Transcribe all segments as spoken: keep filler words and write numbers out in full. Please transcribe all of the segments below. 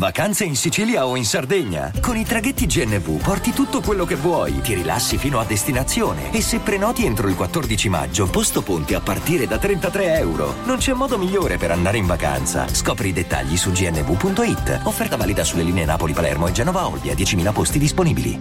Vacanze in Sicilia o in Sardegna? Con i traghetti G N V porti tutto quello che vuoi, ti rilassi fino a destinazione e se prenoti entro il quattordici maggio, posto ponti a partire da trentatré euro. Non c'è modo migliore per andare in vacanza. Scopri i dettagli su g n v punto i t. Offerta valida sulle linee Napoli-Palermo e Genova-Olbia, diecimila posti disponibili.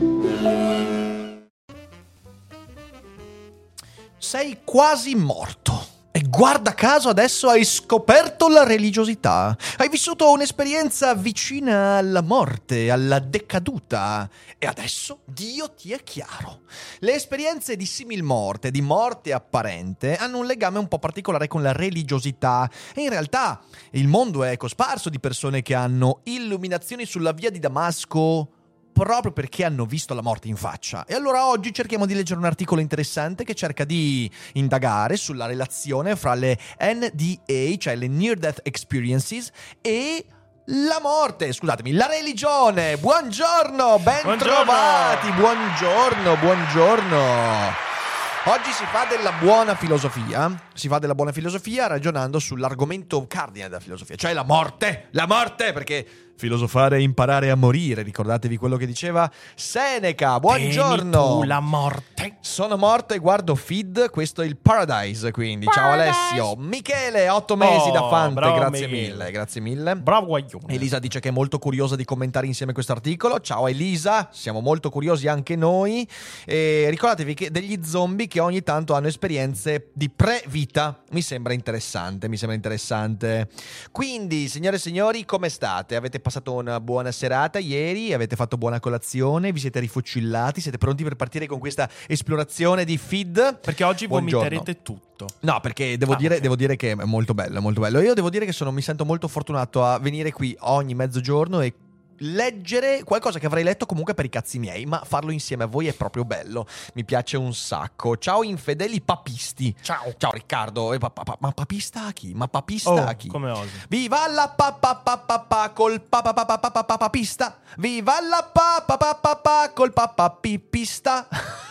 Sei quasi morto. E guarda caso adesso hai scoperto la religiosità. Hai vissuto un'esperienza vicina alla morte, alla decaduta. E adesso Dio ti è chiaro. Le esperienze di similmorte, di morte apparente, hanno un legame un po' particolare con la religiosità. E in realtà il mondo è cosparso di persone che hanno illuminazioni sulla via di Damasco proprio perché hanno visto la morte in faccia. E allora oggi cerchiamo di leggere un articolo interessante che cerca di indagare sulla relazione fra le N D A, cioè le Near Death Experiences, e la morte, scusatemi, la religione. Buongiorno, ben Buongiorno. trovati, buongiorno, buongiorno. Oggi si fa della buona filosofia, si fa della buona filosofia ragionando sull'argomento cardine della filosofia, cioè la morte, la morte, perché filosofare è imparare a morire, ricordatevi quello che diceva Seneca. Buongiorno. Temi tu la morte. Sono morto e guardo feed, questo è il Paradise, quindi Paradise. Ciao Alessio. Michele, otto mesi Oh, da Fante, bravo grazie Michele. mille, grazie mille. Bravo guaglione. Elisa dice che è molto curiosa di commentare insieme questo articolo. Ciao Elisa, siamo molto curiosi anche noi. E ricordatevi che degli zombie che ogni tanto hanno esperienze di pre-vita. Mi sembra interessante, mi sembra interessante. Quindi, signore e signori, come state? Avete passato una buona serata ieri? Avete fatto buona colazione? Vi siete rifocillati? Siete pronti per partire con questa esplorazione di feed? Perché oggi Buongiorno. vomiterete tutto. No, perché devo, Ah, dire, okay. devo dire che è molto bello, è molto bello. Io devo dire che sono, mi sento molto fortunato a venire qui ogni mezzogiorno e leggere qualcosa che avrei letto comunque per i cazzi miei, ma farlo insieme a voi è proprio bello. Mi piace un sacco. Ciao infedeli papisti. Ciao. Ciao Riccardo. E pa- pa- pa- ma papista a chi? Ma papista Oh, a chi? come osi. Viva la pa pa pa pa pa col pa pa pa pa pa pa pa papista. Viva la pa pa pa pa pa col pa pa pipista.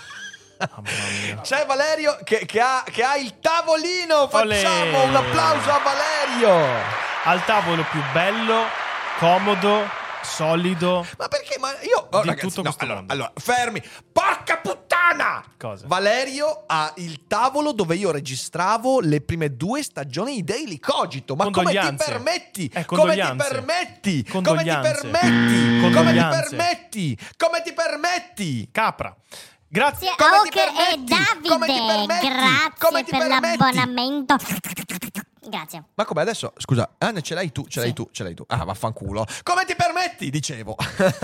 Mamma mia. C'è Valerio che, che, ha, che ha il tavolino. Facciamo Olè. un applauso a Valerio. Al tavolo più bello, comodo, solido. Ma perché? Ma io oh, Di ragazzi, tutto no, questo allora, mondo. allora, fermi. Porca puttana! Cosa? Valerio ha il tavolo dove io registravo le prime due stagioni di Daily Cogito. Ma come ti Condoglianze. permetti? Eh, come ti condoglianze. permetti? Come ti Condoglianze. permetti? Come ti Condoglianze. permetti? Come ti permetti? Capra. Grazie. Come Ah, ti ok, e permetti? Come ti Davide, permetti? grazie Come ti per permetti? l'abbonamento. Grazie. Ma come adesso? Scusa, ah, ce l'hai tu, ce l'hai Sì. tu, ce l'hai tu. Ah, vaffanculo. Come ti permetti? Dicevo.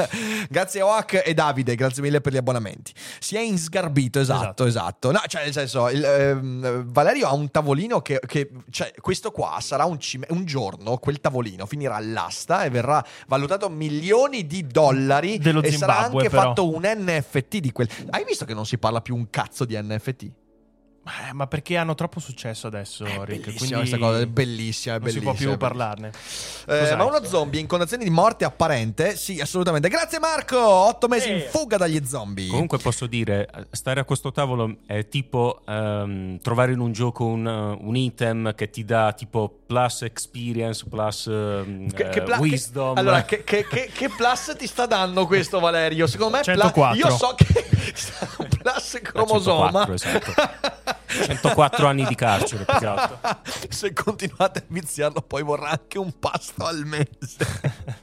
Grazie Oak e Davide, grazie mille per gli abbonamenti. Si è insgarbito, esatto, esatto. Esatto. No, cioè nel senso, il, ehm, Valerio ha un tavolino che, che cioè, questo qua sarà un, cime- un giorno, quel tavolino finirà all'asta e verrà valutato milioni di dollari. Dello e sarà Zimbabwe, anche però. fatto un N F T di quel. Hai visto che non si parla più un cazzo di N F T? Eh, ma perché hanno troppo successo adesso, È Rick? bellissima Quindi questa cosa, è bellissima, è non si bellissima. può più è parlarne. Eh, Cos'hai? ma uno zombie in condizioni di morte apparente? Sì, assolutamente. Grazie Marco, otto mesi in Eh. fuga dagli zombie. Comunque posso dire, stare a questo tavolo è tipo ehm, trovare in un gioco un, uh, un item che ti dà tipo plus experience, plus ehm, Che, che eh, pla- wisdom. che- allora, che, che, che, che plus ti sta dando questo Valerio? Secondo me pla- centoquattro. io so che sta un plus cromosoma. centoquattro, esatto. centoquattro anni di carcere, più che altro. Se continuate a viziarlo poi vorrà anche un pasto al mese.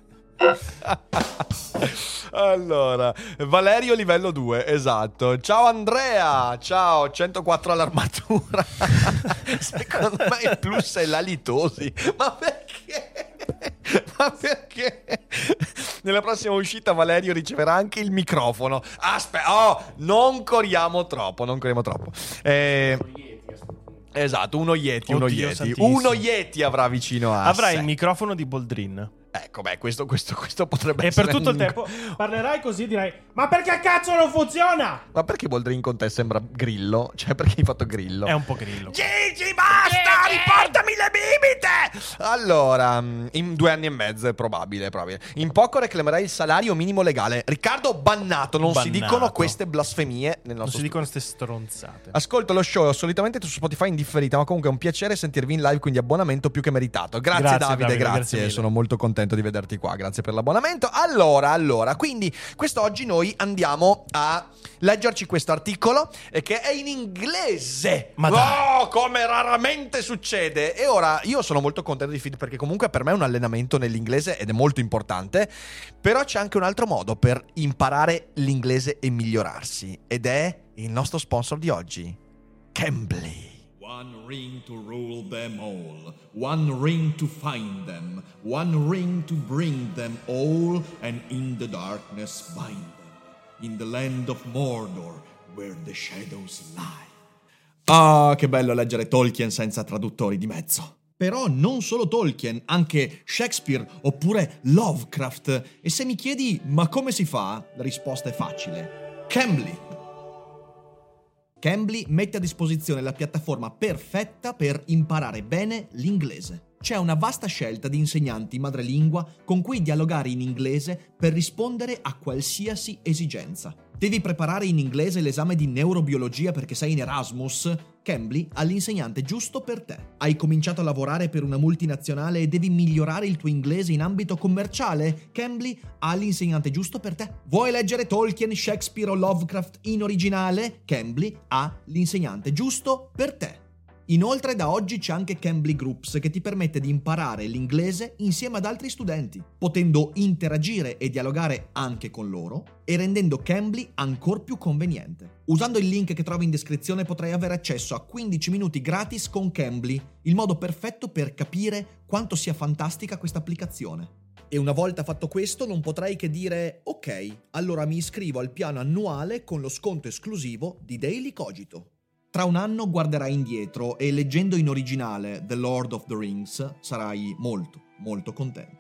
Allora, Valerio livello due, esatto. Ciao Andrea, ciao, centoquattro all'armatura. Secondo me il plus è la litosi. Ma perché? Ma perché? Nella prossima uscita Valerio riceverà anche il microfono. Aspetta, oh, non corriamo troppo, non corriamo troppo. Eh, esatto, uno Yeti, uno Oddio Yeti. santissimo. Uno Yeti avrà vicino a Avrai sé. il microfono di Boldrin. Ecco, beh, questo, questo, questo potrebbe E essere per tutto il un- tempo parlerai così, dirai: ma perché cazzo non funziona? Ma perché Boldrin con te sembra Grillo? Cioè, perché hai fatto Grillo? È un po' grillo. Gigi, basta! Riportami le bibite! Allora, in due anni e mezzo è probabile, è probabile. In poco reclamerai il salario minimo legale. Riccardo, bannato. Non si Bannato. dicono queste blasfemie nel Non nostro si studio. dicono ste stronzate. Ascolto lo show solitamente su Spotify indifferita, ma comunque è un piacere sentirvi in live, quindi abbonamento più che meritato. Grazie, Grazie, Davide, Davide, grazie, grazie mille. sono molto contento contento di vederti qua, grazie per l'abbonamento. Allora, allora, quindi quest'oggi noi andiamo a leggerci questo articolo eh, che è in inglese. Ma dai. Oh, come raramente succede. E ora io sono molto contento di Feed perché comunque per me è un allenamento nell'inglese ed è molto importante. Però c'è anche un altro modo per imparare l'inglese e migliorarsi, ed è il nostro sponsor di oggi, Cambly. One ring to rule them all, one ring to find them, one ring to bring them all, and in the darkness bind them, in the land of Mordor, where the shadows lie. Ah, che bello leggere Tolkien senza traduttori di mezzo. Però non solo Tolkien, anche Shakespeare oppure Lovecraft. E se mi chiedi, ma come si fa? La risposta è facile. Cambly. Cambly mette a disposizione la piattaforma perfetta per imparare bene l'inglese. C'è una vasta scelta di insegnanti madrelingua con cui dialogare in inglese per rispondere a qualsiasi esigenza. Devi preparare in inglese l'esame di neurobiologia perché sei in Erasmus? Cambly ha l'insegnante giusto per te. Hai cominciato a lavorare per una multinazionale e devi migliorare il tuo inglese in ambito commerciale? Cambly ha l'insegnante giusto per te. Vuoi leggere Tolkien, Shakespeare o Lovecraft in originale? Cambly ha l'insegnante giusto per te. Inoltre da oggi c'è anche Cambly Groups che ti permette di imparare l'inglese insieme ad altri studenti, potendo interagire e dialogare anche con loro e rendendo Cambly ancora più conveniente. Usando il link che trovi in descrizione potrai avere accesso a quindici minuti gratis con Cambly, il modo perfetto per capire quanto sia fantastica questa applicazione. E una volta fatto questo non potrai che dire ok, allora mi iscrivo al piano annuale con lo sconto esclusivo di Daily Cogito. Tra un anno guarderai indietro e leggendo in originale The Lord of the Rings sarai molto, molto contento.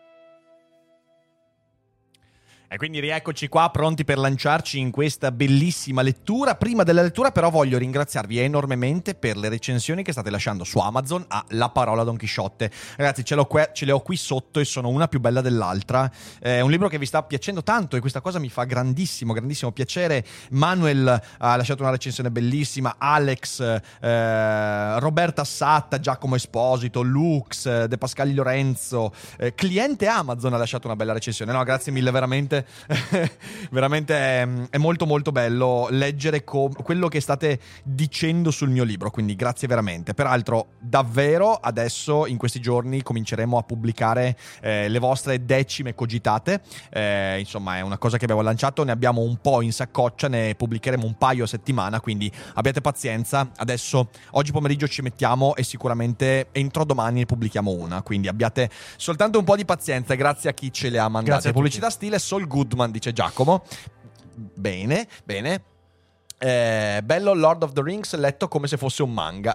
E quindi rieccoci qua pronti per lanciarci in questa bellissima lettura. Prima della lettura però voglio ringraziarvi enormemente per le recensioni che state lasciando su Amazon a La Parola Don Chisciotte. Ragazzi, ce, l'ho que- ce le ho qui sotto e sono una più bella dell'altra. È un libro che vi sta piacendo tanto e questa cosa mi fa grandissimo, grandissimo piacere. Manuel ha lasciato una recensione bellissima, Alex, eh, Roberta Satta, Giacomo Esposito, Lux, De Pascali Lorenzo, eh, cliente Amazon ha lasciato una bella recensione. No, grazie mille veramente. Veramente è, è molto molto bello leggere co- quello che state dicendo sul mio libro, quindi grazie veramente. Peraltro davvero adesso in questi giorni cominceremo a pubblicare eh, le vostre decime cogitate, eh, insomma è una cosa che abbiamo lanciato, ne abbiamo un po' in saccoccia, ne pubblicheremo un paio a settimana, quindi abbiate pazienza. Adesso oggi pomeriggio ci mettiamo e sicuramente entro domani ne pubblichiamo una, quindi abbiate soltanto un po' di pazienza. Grazie a chi ce le ha mandate. Pubblicità stile Sol Goodman, dice Giacomo. Bene, bene. Eh, bello Lord of the Rings letto come se fosse un manga.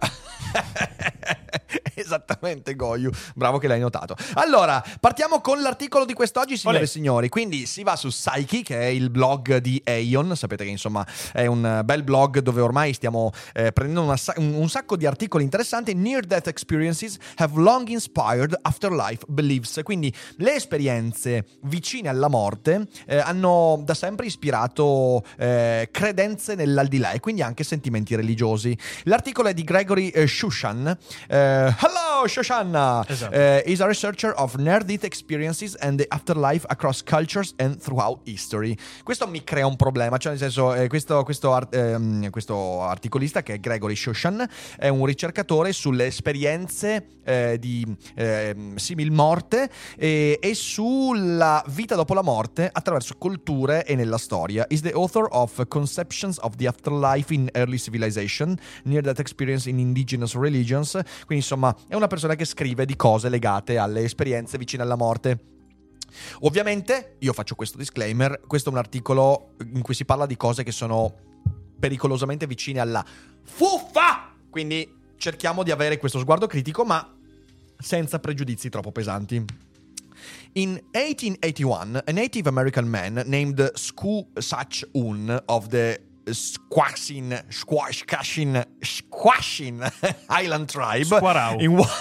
Esattamente, Goyu, bravo che l'hai notato. Allora, partiamo con l'articolo di quest'oggi, signore e signori. Quindi si va su Psyche, che è il blog di Aion. Sapete che insomma è un bel blog dove ormai stiamo eh, prendendo una, un, un sacco di articoli interessanti. Near death experiences have long inspired afterlife beliefs. Quindi le esperienze vicine alla morte eh, hanno da sempre ispirato eh, credenze nell'aldilà e quindi anche sentimenti religiosi. L'articolo è di Gregory eh, Shushan. Eh, hello, Shoshana! Esatto. Uh, is a researcher of near-death experiences and the afterlife across cultures and throughout history. Questo mi crea un problema, cioè nel senso, eh, questo, questo, art- ehm, questo articolista che è Gregory Shushan è un ricercatore sulle esperienze eh, di eh, simil morte e, e sulla vita dopo la morte attraverso culture e nella storia. Is the author of Conceptions of the Afterlife in Early Civilization, Near-Death Experience in Indigenous Religions. Quindi insomma è una persona che scrive di cose legate alle esperienze vicine alla morte. Ovviamente io faccio questo disclaimer, questo è un articolo in cui si parla di cose che sono pericolosamente vicine alla fuffa, quindi cerchiamo di avere questo sguardo critico ma senza pregiudizi troppo pesanti. In eighteen eighty-one, a Native American man named Sku Sach Un of the Squashin, Squashin, Squashin Island Tribe. Squarau. In wa-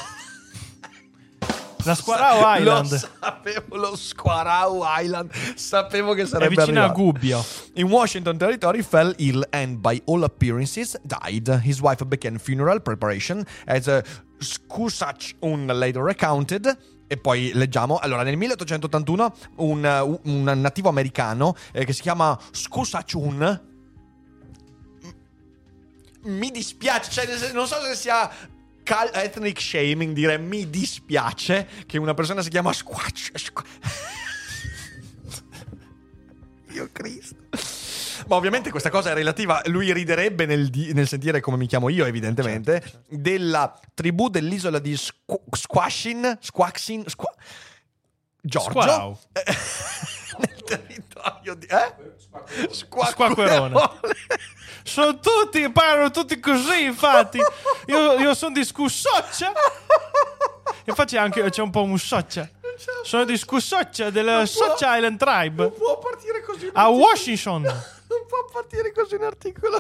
La Squarau Island. Lo sapevo, lo Squarau Island. Sapevo che sarebbe è vicino arrivato. a Gubbio. In Washington Territory fell ill and by all appearances died. His wife began funeral preparation as a Skusach Un later recounted. E poi leggiamo. Allora, nel milleottocentottantuno un, un nativo americano eh, che si chiama Skusachun. Mi dispiace, cioè non so se sia cal- ethnic shaming dire mi dispiace che una persona si chiama Squatch. Squ- Dio Cristo. Ma ovviamente questa cosa è relativa. Lui riderebbe nel, di- nel sentire come mi chiamo io, evidentemente. Certo, certo. Della tribù dell'isola di Squ- Squashin. Squaxin. Squa- Giorgio. Squau. Nel territorio di. Eh? Squacquerone. Sono tutti, parlano tutti così, infatti. Io, io sono di Scussoccia. Infatti anche c'è un po' un Soccia. Sono di Scussoccia della Soccia Island Tribe. Non può partire così. A Washington. Non può partire così un articolo.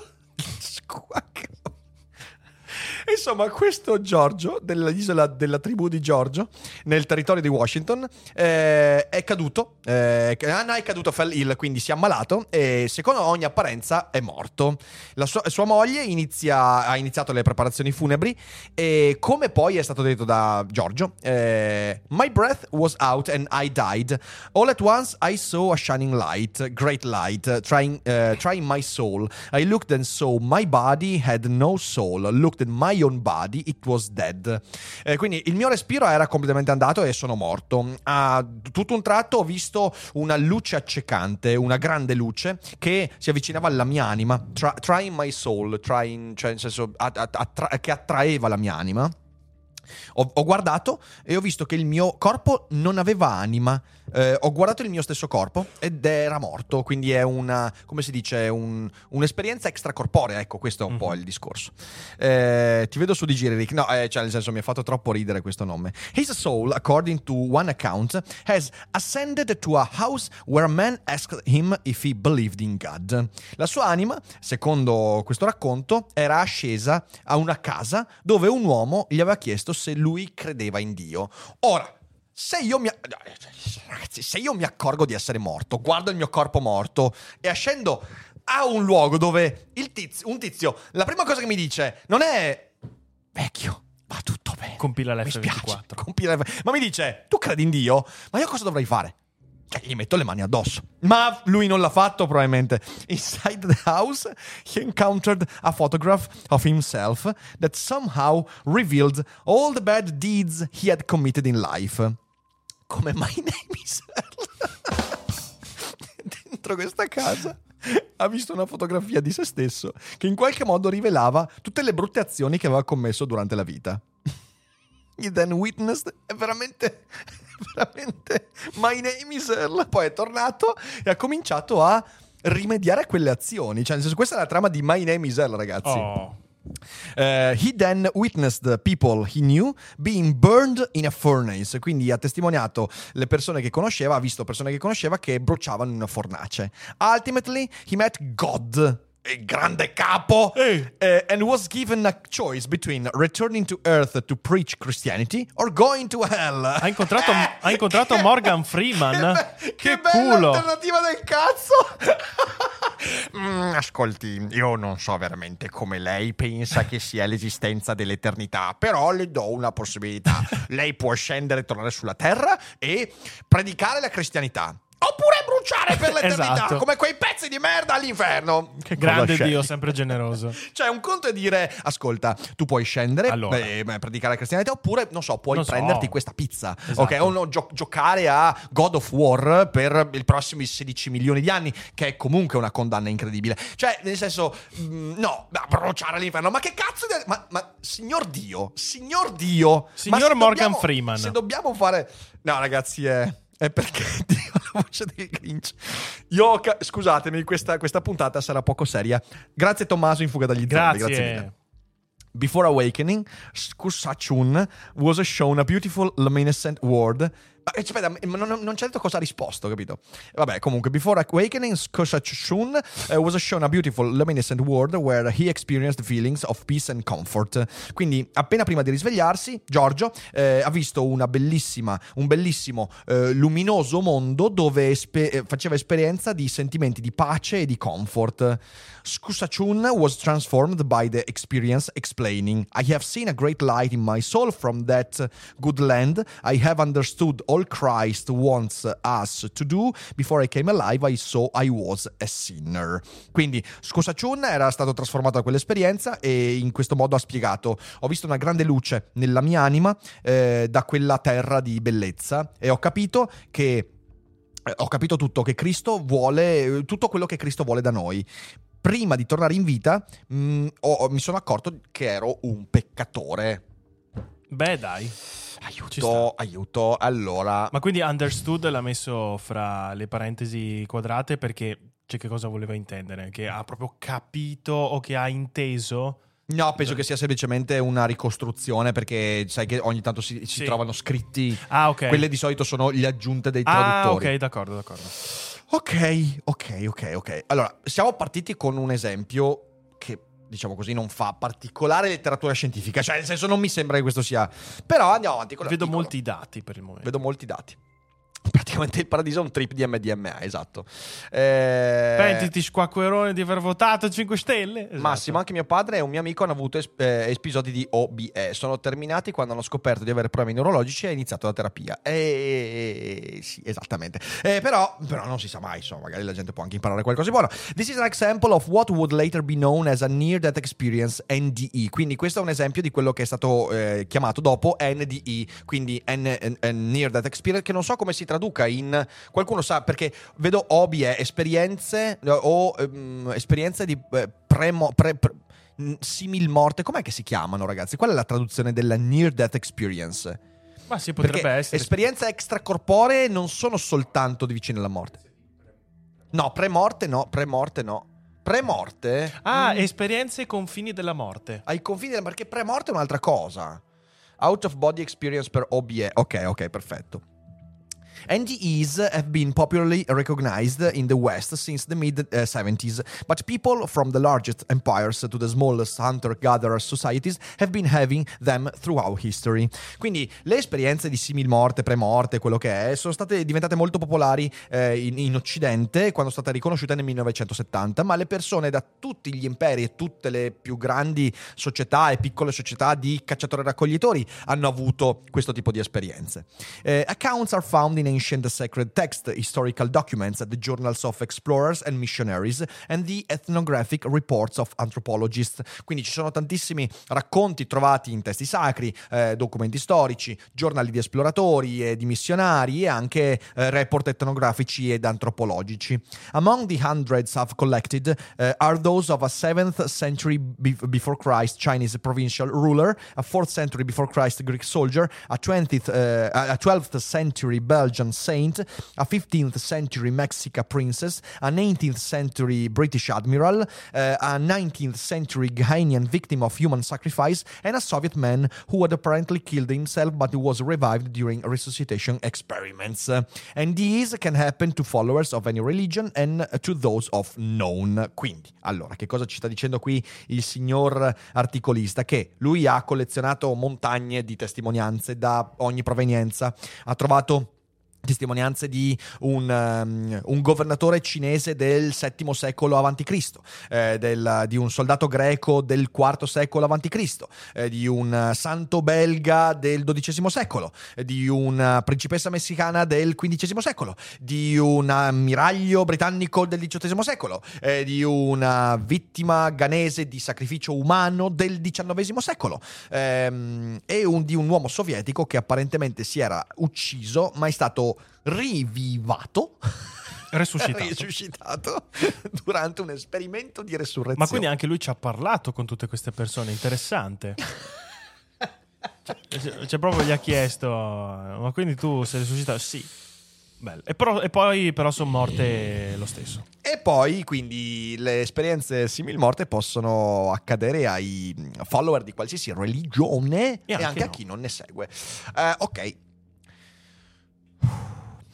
Insomma, questo Giorgio, dell'isola della tribù di Giorgio, nel territorio di Washington, eh, è caduto. Eh, ah, no, è caduto, fell ill, quindi si è ammalato e secondo ogni apparenza è morto. La sua, sua moglie inizia, ha iniziato le preparazioni funebri e, come poi è stato detto da Giorgio, eh, My breath was out and I died. All at once I saw a shining light, great light, trying, uh, trying my soul. I looked and saw my body had no soul. Looked at my own body, it was dead. Eh, quindi il mio respiro era completamente andato e sono morto. A tutto un tratto ho visto una luce accecante, una grande luce che si avvicinava alla mia anima, tra- trying my soul, trying, cioè nel senso a- a- attra- che attraeva la mia anima. Ho, ho guardato e ho visto che il mio corpo non aveva anima. Eh, ho guardato il mio stesso corpo ed era morto. Quindi è una, come si dice, un, un'esperienza extracorporea. Ecco, questo è un mm-hmm. po' il discorso. Eh, ti vedo su di giri, Rick. No, eh, cioè nel senso mi ha fatto troppo ridere questo nome. His soul, according to one account, has ascended to a house where a man asked him if he believed in God. La sua anima, secondo questo racconto, era ascesa a una casa dove un uomo gli aveva chiesto se lui credeva in Dio. Ora, se io mi ragazzi, se io mi accorgo di essere morto, guardo il mio corpo morto e ascendo a un luogo dove il tizio, un tizio, la prima cosa che mi dice non è vecchio, va tutto bene, compila l'F mi ventiquattro, spiace, compila l'F... ma mi dice tu credi in Dio? Ma io cosa dovrei fare? Cioè, gli metto le mani addosso. Ma lui non l'ha fatto, probabilmente. Inside the house, he encountered a photograph of himself that somehow revealed all the bad deeds he had committed in life. Come My Name is Earl. Dentro questa casa ha visto una fotografia di se stesso che in qualche modo rivelava tutte le brutte azioni che aveva commesso durante la vita. He then witnessed, è veramente, veramente My Name is Earl. Poi è tornato e ha cominciato a rimediare a quelle azioni. Cioè, nel senso, questa è la trama di My Name is Earl, ragazzi. Oh. Uh, he then witnessed people he knew being burned in a furnace. Quindi ha testimoniato le persone che conosceva, ha visto persone che conosceva che bruciavano in una fornace. Ultimately, he met God, il grande capo, uh, and was given a choice between returning to Earth to preach Christianity or going to hell. Ha incontrato, eh, ha incontrato che, Morgan Freeman. Che, be- che, che culo. Bella alternativa del cazzo. mm, ascolti, io non so veramente come lei pensa che sia l'esistenza dell'eternità, però le do una possibilità. Lei può scendere e tornare sulla terra e predicare la cristianità. Oppure bruciare per l'eternità, esatto. Come quei pezzi di merda all'inferno. Che grande Dio, sempre generoso. Cioè, un conto è dire, ascolta, tu puoi scendere, allora. beh, predicare la cristianità, oppure, non so, puoi non prenderti so. questa pizza, esatto. ok? O no, gio- giocare a God of War per i prossimi sedici milioni di anni, che è comunque una condanna incredibile. Cioè, nel senso, mh, no, bruciare all'inferno, ma che cazzo di... Ma, ma signor Dio, signor Dio... Signor ma Morgan dobbiamo, Freeman. Se dobbiamo fare... No, ragazzi, è... È perché Dio, la voce del Grinch. Io, ca- scusatemi, questa, questa puntata sarà poco seria. Grazie Tommaso in fuga dagli zombie. Grazie. Grazie mille. Before awakening, Skusachun was shown a beautiful luminescent world Aspetta, non, non c'è detto cosa ha risposto, capito? Vabbè, comunque, before awakening, Skosachun uh, was shown a beautiful, luminescent world where he experienced feelings of peace and comfort. Quindi, appena prima di risvegliarsi, Giorgio eh, ha visto una bellissima, un bellissimo, eh, luminoso mondo dove espe- eh, faceva esperienza di sentimenti di pace e di comfort. Skosachun was transformed by the experience, explaining, I have seen a great light in my soul from that good land. I have understood all Christ wants us to do. Before I came alive, I saw I was a sinner. Quindi Skosachun era stato trasformato da quell'esperienza e in questo modo ha spiegato: ho visto una grande luce nella mia anima eh, da quella terra di bellezza e ho capito che ho capito tutto che Cristo vuole, tutto quello che Cristo vuole da noi. Prima di tornare in vita mh, ho, mi sono accorto che ero un peccatore. Beh, dai. Aiuto, aiuto. Allora, ma quindi understood l'ha messo fra le parentesi quadrate perché c'è, che cosa voleva intendere? Che ha proprio capito o che ha inteso? no, penso che sia semplicemente una ricostruzione, perché sai che ogni tanto si, si Sì. trovano scritti. Ah, ok. Quelle di solito sono le aggiunte dei Ah, traduttori. ok, d'accordo, d'accordo. Ok, ok, ok, ok. Allora, siamo partiti con un esempio che, diciamo così, non fa particolare letteratura scientifica. Cioè, nel senso, non mi sembra che questo sia... Però andiamo avanti con Vedo l'articolo. molti dati per il momento. Vedo molti dati. Praticamente il paradiso è un trip di M D M A, esatto. Eh... Pentiti squacquerone di aver votato cinque stelle. Esatto. Massimo, anche mio padre e un mio amico hanno avuto es- eh, episodi di O B E. Sono terminati quando hanno scoperto di avere problemi neurologici e ha iniziato la terapia. E sì, esattamente. Eh, però, però non si sa mai, insomma, magari la gente può anche imparare qualcosa di buono. This is an example of what would later be known as a near-death experience, N D E. Quindi questo è un esempio di quello che è stato eh, chiamato dopo N D E, quindi N- N- N- near-death experience, che non so come si traduca in... Qualcuno sa, perché vedo O B E, esperienze o um, esperienze di eh, premo, pre, pre, simil morte. Com'è che si chiamano, ragazzi? Qual è la traduzione della near death experience? Ma sì, potrebbe Perché essere. esperienze extracorporee non sono soltanto di vicino alla morte. No, premorte no, premorte no. Premorte? Ah, Mm. esperienze ai confini della morte. Ai confini della... Perché premorte è un'altra cosa. Out of body experience per O B E. Ok, ok, perfetto. N D Es have been popularly recognized in the West since the mid seventies, but people from the largest empires to the smallest hunter-gatherer societies have been having them throughout history. Quindi le esperienze di simil-morte, pre-morte, quello che è, sono state diventate molto popolari eh, in, in Occidente quando sono state riconosciute nel millenovecentosettanta, ma le persone da tutti gli imperi e tutte le più grandi società e piccole società di cacciatori-raccoglitori hanno avuto questo tipo di esperienze. Eh, accounts are found in ancient sacred text, historical documents, the journals of explorers and missionaries, and the ethnographic reports of anthropologists. Quindi ci sono tantissimi racconti trovati in testi sacri, eh, documenti storici, giornali di esploratori e di missionari e anche eh, report etnografici ed antropologici. Among the hundreds I've collected uh, are those of a seventh century be- before Christ Chinese provincial ruler, a fourth century before Christ Greek soldier, a twentieth, uh, a twelfth century Belgian saint, a fifteenth century Mexican princess, an eighteenth century British admiral, uh, a nineteenth century Ghanaian victim of human sacrifice, and a Soviet man who had apparently killed himself but was revived during resuscitation experiments. And these can happen to followers of any religion and to those of none. Quindi, allora, che cosa ci sta dicendo qui il signor articolista? Che lui ha collezionato montagne di testimonianze da ogni provenienza, ha trovato testimonianze di un, um, un governatore cinese del settimo secolo avanti Cristo, eh, del, di un soldato greco del quarto secolo avanti Cristo, eh, di un santo belga del dodicesimo secolo, eh, di una principessa messicana del quindicesimo secolo, di un ammiraglio britannico del diciottesimo secolo, eh, di una vittima ghanese di sacrificio umano del diciannovesimo secolo, ehm, e un, di un uomo sovietico che apparentemente si era ucciso ma è stato rivivato Resuscitato. risuscitato durante un esperimento di resurrezione. Ma quindi anche lui ci ha parlato con tutte queste persone, interessante. cioè, cioè proprio gli ha chiesto: ma quindi tu sei risuscitato? Sì. Bello. E, però, e poi però sono morte lo stesso. E poi quindi le esperienze simil morte possono accadere ai follower di qualsiasi religione e, E anche, anche a no. chi non ne segue. Uh, ok.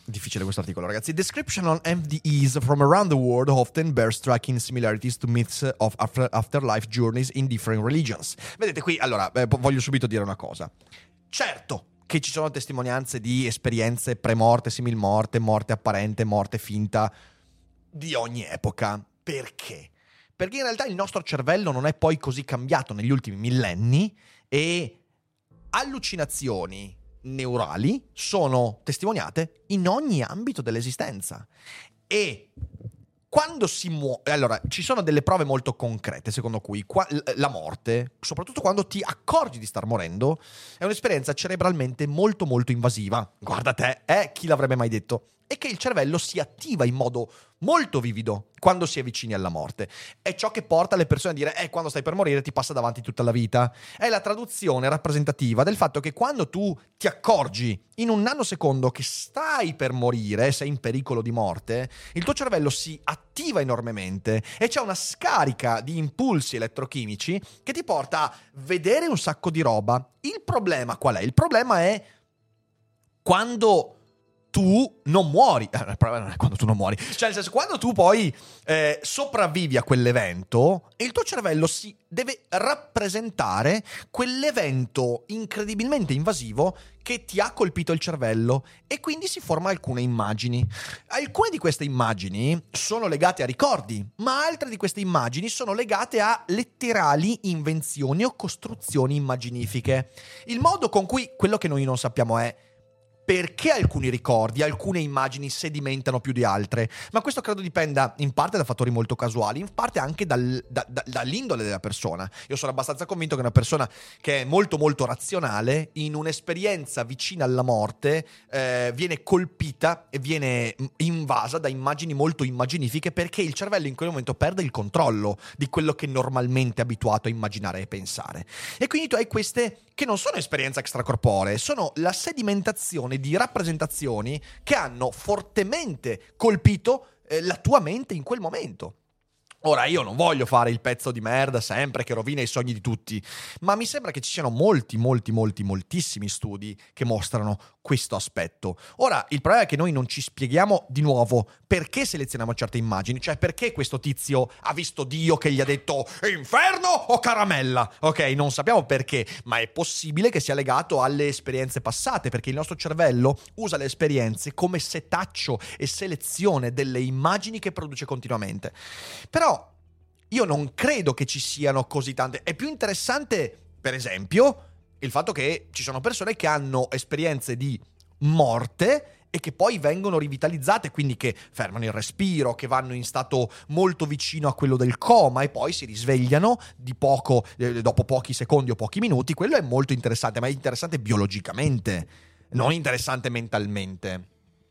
difficile questo articolo, ragazzi. Description on M D Es from around the world often bear striking similarities to myths of after- afterlife journeys in different religions. Vedete qui, allora, eh, voglio subito dire una cosa. Certo che ci sono testimonianze di esperienze premorte, similmorte, morte apparente, morte finta di ogni epoca. Perché? Perché in realtà il nostro cervello non è poi così cambiato negli ultimi millenni e allucinazioni neurali sono testimoniate in ogni ambito dell'esistenza. E quando si muore, allora ci sono delle prove molto concrete secondo cui qua, la morte, soprattutto quando ti accorgi di star morendo, è un'esperienza cerebralmente molto molto invasiva. Guarda te, eh, chi l'avrebbe mai detto? E che il cervello si attiva in modo molto vivido quando si è vicini alla morte. È ciò che porta le persone a dire eh, quando stai per morire ti passa davanti tutta la vita. È la traduzione rappresentativa del fatto che quando tu ti accorgi in un nanosecondo che stai per morire, sei in pericolo di morte, il tuo cervello si attiva enormemente e c'è una scarica di impulsi elettrochimici che ti porta a vedere un sacco di roba. Il problema qual è? Il problema è quando tu non muori. Eh, il problema non è quando tu non muori. Cioè, nel senso, quando tu poi eh, sopravvivi a quell'evento, il tuo cervello si deve rappresentare quell'evento incredibilmente invasivo che ti ha colpito il cervello e quindi si forma alcune immagini. Alcune di queste immagini sono legate a ricordi, ma altre di queste immagini sono legate a letterali invenzioni o costruzioni immaginifiche. Il modo con cui quello che noi non sappiamo è perché alcuni ricordi, alcune immagini sedimentano più di altre, ma questo credo dipenda in parte da fattori molto casuali, in parte anche dal, da, da, dall'indole della persona. Io sono abbastanza convinto che una persona che è molto molto razionale, in un'esperienza vicina alla morte, eh, viene colpita e viene invasa da immagini molto immaginifiche perché il cervello in quel momento perde il controllo di quello che normalmente è abituato a immaginare e pensare. E quindi tu hai queste che non sono esperienze extracorporee, sono la sedimentazione di rappresentazioni che hanno fortemente colpito eh, la tua mente in quel momento. Ora, io non voglio fare il pezzo di merda sempre che rovina i sogni di tutti, ma mi sembra che ci siano molti, molti, molti, moltissimi studi che mostrano questo aspetto. Ora, il problema è che noi non ci spieghiamo di nuovo perché selezioniamo certe immagini, cioè perché questo tizio ha visto Dio che gli ha detto inferno o caramella, ok? Non sappiamo perché, ma è possibile che sia legato alle esperienze passate, perché il nostro cervello usa le esperienze come setaccio e selezione delle immagini che produce continuamente. Però io non credo che ci siano così tante. È più interessante, per esempio, il fatto che ci sono persone che hanno esperienze di morte e che poi vengono rivitalizzate, quindi che fermano il respiro, che vanno in stato molto vicino a quello del coma e poi si risvegliano di poco, eh, dopo pochi secondi o pochi minuti. Quello è molto interessante, ma è interessante biologicamente, non interessante mentalmente.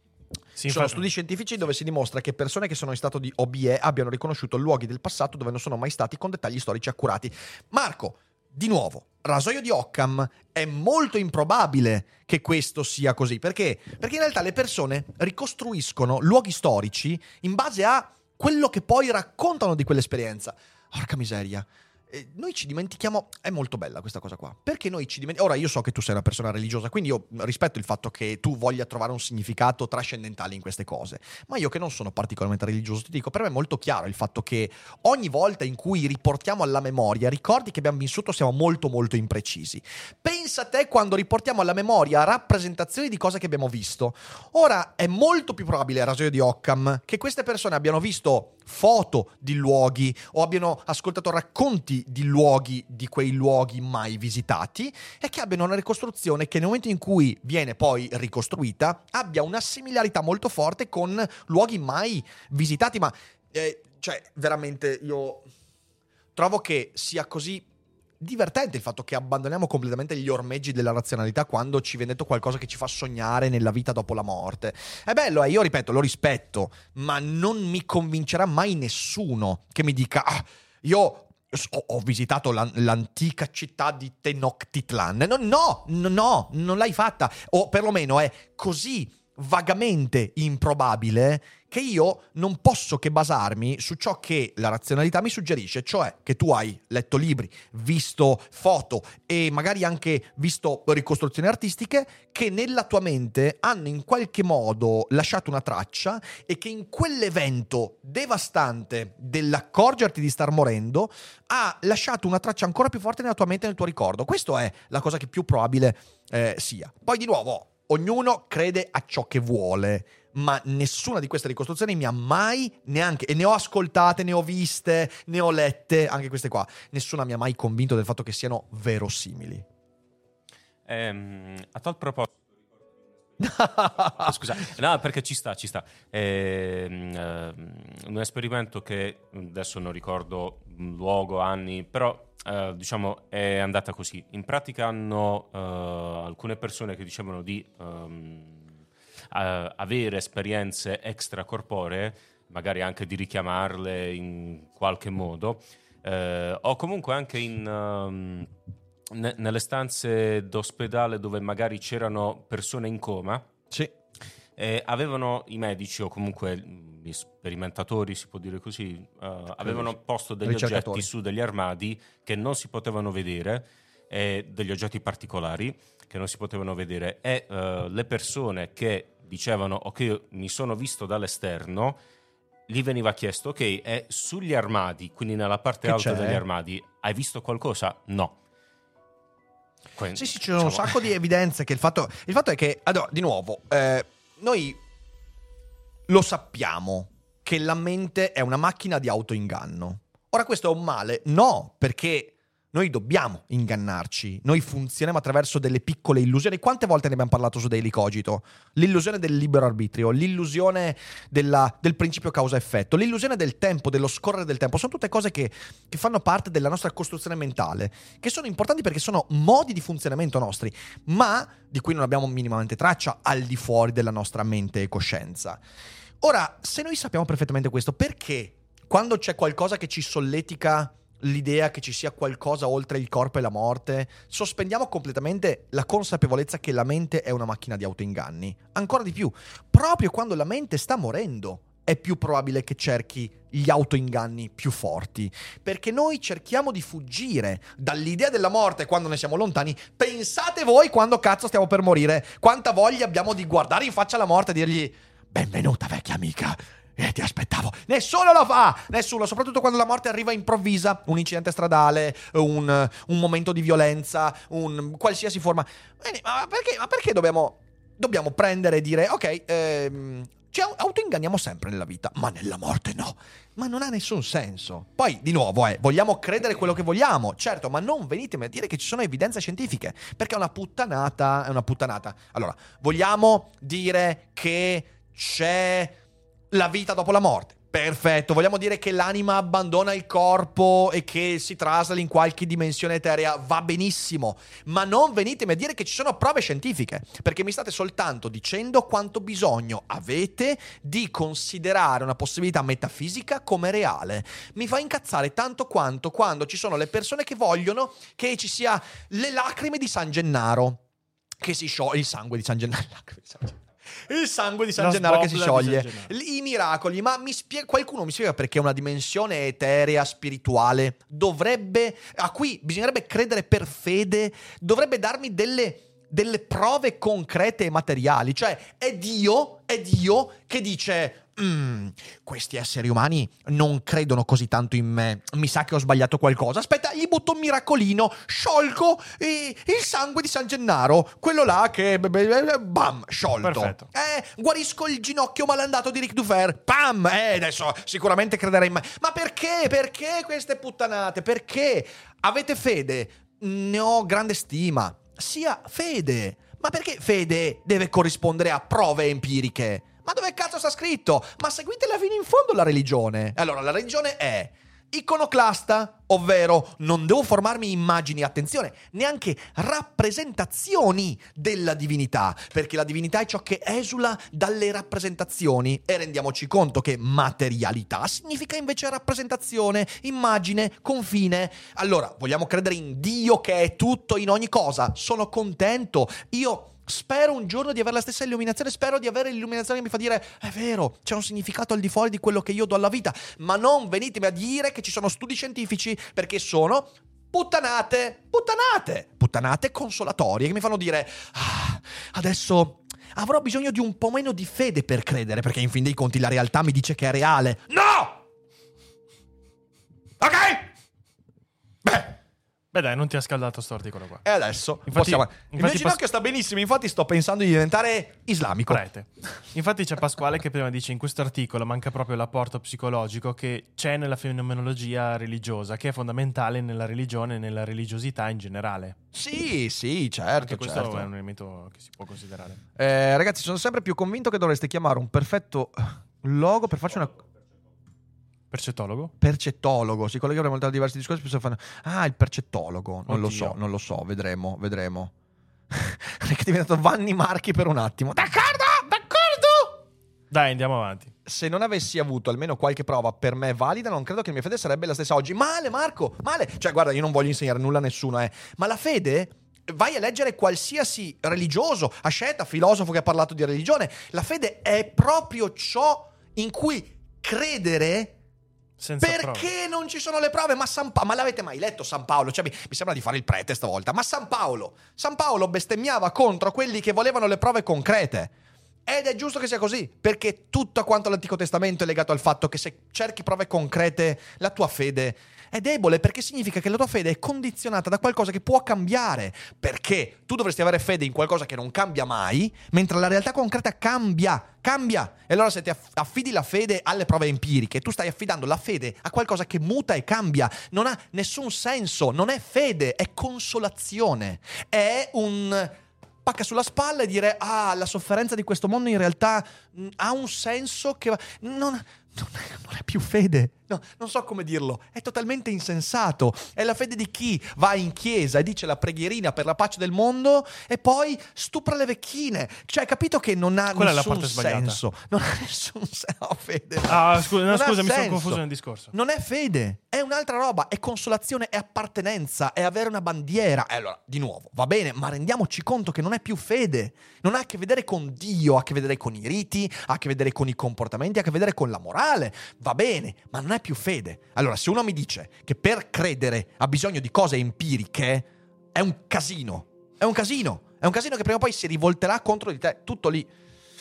Sì, Ci sono infatti... studi scientifici dove si dimostra che persone che sono in stato di O B E abbiano riconosciuto luoghi del passato dove non sono mai stati con dettagli storici accurati. Marco, di nuovo, rasoio di Occam, è molto improbabile che questo sia così. Perché? Perché in realtà le persone ricostruiscono luoghi storici in base a quello che poi raccontano di quell'esperienza. Porca miseria. Eh, noi ci dimentichiamo, è molto bella questa cosa qua, perché noi ci dimentichiamo, ora io so che tu sei una persona religiosa, quindi io rispetto il fatto che tu voglia trovare un significato trascendentale in queste cose, ma io che non sono particolarmente religioso ti dico, per me è molto chiaro il fatto che ogni volta in cui riportiamo alla memoria ricordi che abbiamo vissuto siamo molto molto imprecisi. Pensa a te quando riportiamo alla memoria rappresentazioni di cose che abbiamo visto. Ora è molto più probabile, a rasoio di Occam, che queste persone abbiano visto foto di luoghi o abbiano ascoltato racconti di luoghi, di quei luoghi mai visitati, e che abbiano una ricostruzione che nel momento in cui viene poi ricostruita abbia una similarità molto forte con luoghi mai visitati. Ma eh, cioè veramente io trovo che sia così divertente il fatto che abbandoniamo completamente gli ormeggi della razionalità quando ci viene detto qualcosa che ci fa sognare nella vita dopo la morte. È bello, eh, io ripeto, lo rispetto, ma non mi convincerà mai nessuno che mi dica ah, io ho, ho visitato la, l'antica città di Tenochtitlan. No, no, no, no, non l'hai fatta. O perlomeno è così vagamente improbabile che io non posso che basarmi su ciò che la razionalità mi suggerisce, cioè che tu hai letto libri, visto foto e magari anche visto ricostruzioni artistiche che nella tua mente hanno in qualche modo lasciato una traccia e che in quell'evento devastante dell'accorgerti di star morendo ha lasciato una traccia ancora più forte nella tua mente e nel tuo ricordo. Questa è la cosa che più probabile eh, sia. Poi di nuovo, ognuno crede a ciò che vuole, ma nessuna di queste ricostruzioni mi ha mai neanche, e ne ho ascoltate, ne ho viste, ne ho lette, anche queste qua, nessuna mi ha mai convinto del fatto che siano verosimili. Ehm, a tal proposito, scusa, no, perché ci sta, ci sta. Ehm, ehm, un esperimento che adesso non ricordo luogo, anni, però eh, diciamo è andata così. In pratica hanno eh, alcune persone che dicevano di ehm, a, avere esperienze extracorporee, magari anche di richiamarle in qualche modo, eh, o comunque anche in um, ne, nelle stanze d'ospedale dove magari c'erano persone in coma. Sì. Eh, avevano i medici o comunque gli sperimentatori, si può dire così, uh, avevano posto degli oggetti su degli armadi che non si potevano vedere, eh, degli oggetti particolari che non si potevano vedere, e uh, le persone che dicevano ok, mi sono visto dall'esterno, gli veniva chiesto ok, e sugli armadi, quindi nella parte che alta c'è? degli armadi, hai visto qualcosa? No. Quindi, Sì, sì, ci sono diciamo... un sacco di evidenze che il fatto, il fatto è che, allora, di nuovo, eh, noi lo sappiamo che la mente è una macchina di autoinganno. Ora questo è un male? No, perché noi dobbiamo ingannarci. Noi funzioniamo attraverso delle piccole illusioni. Quante volte ne abbiamo parlato su Daily Cogito? L'illusione del libero arbitrio, l'illusione della, del principio causa-effetto, l'illusione del tempo, dello scorrere del tempo. Sono tutte cose che, che fanno parte della nostra costruzione mentale, che sono importanti perché sono modi di funzionamento nostri, ma di cui non abbiamo minimamente traccia al di fuori della nostra mente e coscienza. Ora, se noi sappiamo perfettamente questo, perché quando c'è qualcosa che ci solletica l'idea che ci sia qualcosa oltre il corpo e la morte, sospendiamo completamente la consapevolezza che la mente è una macchina di autoinganni? Ancora di più, proprio quando la mente sta morendo è più probabile che cerchi gli autoinganni più forti, perché noi cerchiamo di fuggire dall'idea della morte quando ne siamo lontani. Pensate voi quando cazzo stiamo per morire, quanta voglia abbiamo di guardare in faccia la morte e dirgli benvenuta vecchia amica, Eh, ti aspettavo. Nessuno lo fa, nessuno, soprattutto quando la morte arriva improvvisa, un incidente stradale, un, un momento di violenza, un qualsiasi forma. Ma perché, ma perché dobbiamo, dobbiamo prendere e dire ok, ehm, ci autoinganniamo sempre nella vita, ma nella morte no? Ma non ha nessun senso. Poi, di nuovo, eh, vogliamo credere quello che vogliamo, certo, ma non venitemi a dire che ci sono evidenze scientifiche, perché è una puttanata, è una puttanata. Allora, vogliamo dire che c'è la vita dopo la morte? Perfetto. Vogliamo dire che l'anima abbandona il corpo e che si trasla in qualche dimensione eterea? Va benissimo, ma non venitemi a dire che ci sono prove scientifiche, perché mi state soltanto dicendo quanto bisogno avete di considerare una possibilità metafisica come reale. Mi fa incazzare tanto quanto quando ci sono le persone che vogliono che ci sia le lacrime di San Gennaro che si scioglie, il sangue di San Gennaro, il sangue di San La Gennaro che si sbobla di scioglie, San Gennaro. i miracoli. Ma mi spie- qualcuno mi spiega perché una dimensione eterea, spirituale, dovrebbe, a cui bisognerebbe credere per fede, dovrebbe darmi delle, delle prove concrete e materiali? Cioè è Dio, è Dio che dice Mm, questi esseri umani non credono così tanto in me, mi sa che ho sbagliato qualcosa, aspetta, gli butto un miracolino, sciolgo eh, il sangue di San Gennaro, quello là che bam, sciolto. Perfetto. Eh, guarisco il ginocchio malandato di Ric Dufer, pam, eh, adesso sicuramente crederai in me. Ma perché? Perché queste puttanate? Perché? Avete fede? Ne ho grande stima. Sia fede. Ma perché fede deve corrispondere a prove empiriche? Ma dove cazzo sta scritto? Ma seguitela fino in fondo la religione. Allora, la religione è iconoclasta, ovvero non devo formarmi immagini, attenzione, neanche rappresentazioni della divinità, perché la divinità è ciò che esula dalle rappresentazioni, e rendiamoci conto che materialità significa invece rappresentazione, immagine, confine. Allora, vogliamo credere in Dio che è tutto in ogni cosa? Sono contento. Io Spero un giorno di avere la stessa illuminazione, spero di avere l'illuminazione che mi fa dire è vero, c'è un significato al di fuori di quello che io do alla vita, ma non venitemi a dire che ci sono studi scientifici, perché sono puttanate, puttanate, puttanate consolatorie che mi fanno dire ah, adesso avrò bisogno di un po' meno di fede per credere, perché in fin dei conti la realtà mi dice che è reale. No! Ok? Beh, Beh dai, non ti ha scaldato sto articolo qua. e adesso Infatti- possiamo... Il infatti mio ginocchio pas- sta benissimo, infatti sto pensando di diventare islamico. Prete. Infatti c'è Pasquale che prima dice in questo articolo manca proprio l'apporto psicologico che c'è nella fenomenologia religiosa, che è fondamentale nella religione e nella religiosità in generale. Sì, sì, certo, Anche questo certo. è un elemento che si può considerare. Eh, ragazzi, sono sempre più convinto che dovreste chiamare un perfetto logo per farci una... Percettologo? Percettologo, sì, quello che avremo tra diversi discorsi spesso fanno ah, il percettologo, non lo Oddio. so, non lo so, vedremo, vedremo. È che è diventato Vanni Marchi per un attimo. D'accordo, d'accordo. Dai, andiamo avanti. Se non avessi avuto almeno qualche prova per me valida, non credo che la mia fede sarebbe la stessa oggi. Male, Marco, male. Cioè, guarda, io non voglio insegnare nulla a nessuno, eh, ma la fede, vai a leggere qualsiasi religioso, asceta, filosofo che ha parlato di religione, la fede è proprio ciò in cui credere. Senza Perché prove. non ci sono le prove? Ma San Pa- ma l'avete mai letto San Paolo? Cioè, mi, mi sembra di fare il prete stavolta. Ma San Paolo, San Paolo bestemmiava contro quelli che volevano le prove concrete. Ed è giusto che sia così, perché tutto quanto l'Antico Testamento è legato al fatto che se cerchi prove concrete, la tua fede è debole, perché significa che la tua fede è condizionata da qualcosa che può cambiare. Perché tu dovresti avere fede in qualcosa che non cambia mai, mentre la realtà concreta cambia, cambia. E allora se ti aff- affidi la fede alle prove empiriche, tu stai affidando la fede a qualcosa che muta e cambia. Non ha nessun senso, non è fede, è consolazione. È un... pacca sulla spalla e dire ah, la sofferenza di questo mondo in realtà mh, ha un senso che va... non, non, è, non è più fede, no, non so come dirlo, è totalmente insensato. È la fede di chi va in chiesa e dice la preghierina per la pace del mondo e poi stupra le vecchine. Cioè, capito che non ha Quella è la nessun parte sbagliata. senso, non ha nessun senso. No, fede, Ah, scusa, no, non ha scusa mi sono senso. confuso nel discorso. Non è fede, è un'altra roba, è consolazione, è appartenenza, è avere una bandiera. E allora, di nuovo, va bene, ma rendiamoci conto che non è più fede. Non ha a che vedere con Dio, ha a che vedere con i riti, ha a che vedere con i comportamenti, ha a che vedere con la morale. Va bene, ma non è più fede. Allora, se uno mi dice che per credere ha bisogno di cose empiriche, è un casino. È un casino. È un casino che prima o poi si rivolterà contro di te. Tutto lì.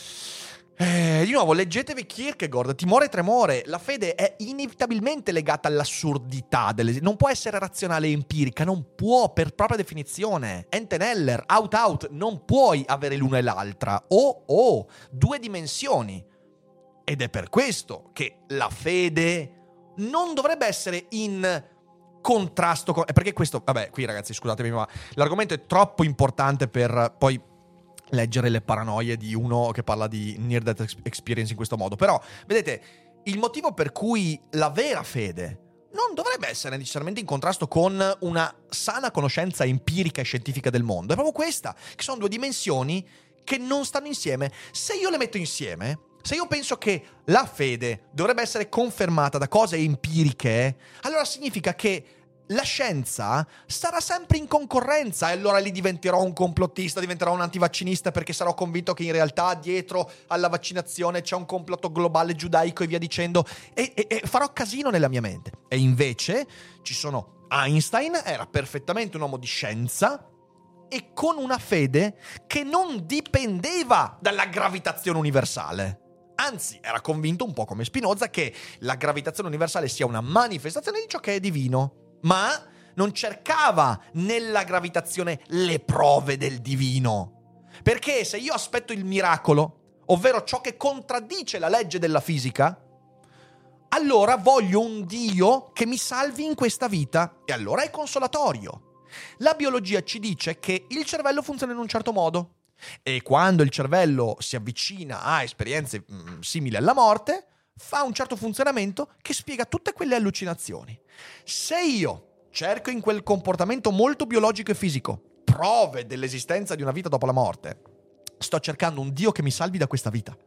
Eh, di nuovo, leggetevi Kierkegaard, Timore e Tremore. La fede è inevitabilmente legata all'assurdità delle... non può essere razionale e empirica, non può per propria definizione. Ente Neller, out out, non puoi avere l'una e l'altra. O oh, oh, due dimensioni. Ed è per questo che la fede non dovrebbe essere in contrasto con... perché questo, vabbè, qui ragazzi scusatemi, ma l'argomento è troppo importante per poi leggere le paranoie di uno che parla di near death experience in questo modo. Però, vedete, il motivo per cui la vera fede non dovrebbe essere necessariamente in contrasto con una sana conoscenza empirica e scientifica del mondo. È proprio questa, che sono due dimensioni che non stanno insieme. Se io le metto insieme, se io penso che la fede dovrebbe essere confermata da cose empiriche, allora significa che la scienza sarà sempre in concorrenza e allora lì diventerò un complottista, diventerò un antivaccinista perché sarò convinto che in realtà dietro alla vaccinazione c'è un complotto globale giudaico e via dicendo e, e, e farò casino nella mia mente. E invece ci sono Einstein, era perfettamente un uomo di scienza e con una fede che non dipendeva dalla gravitazione universale. Anzi, era convinto, un po' come Spinoza, che la gravitazione universale sia una manifestazione di ciò che è divino. Ma non cercava nella gravitazione le prove del divino. Perché se io aspetto il miracolo, ovvero ciò che contraddice la legge della fisica, allora voglio un Dio che mi salvi in questa vita. E allora è consolatorio. La biologia ci dice che il cervello funziona in un certo modo. E quando il cervello si avvicina a esperienze mh, simili alla morte, fa un certo funzionamento che spiega tutte quelle allucinazioni. Se io cerco in quel comportamento molto biologico e fisico prove dell'esistenza di una vita dopo la morte, sto cercando un Dio che mi salvi da questa vita.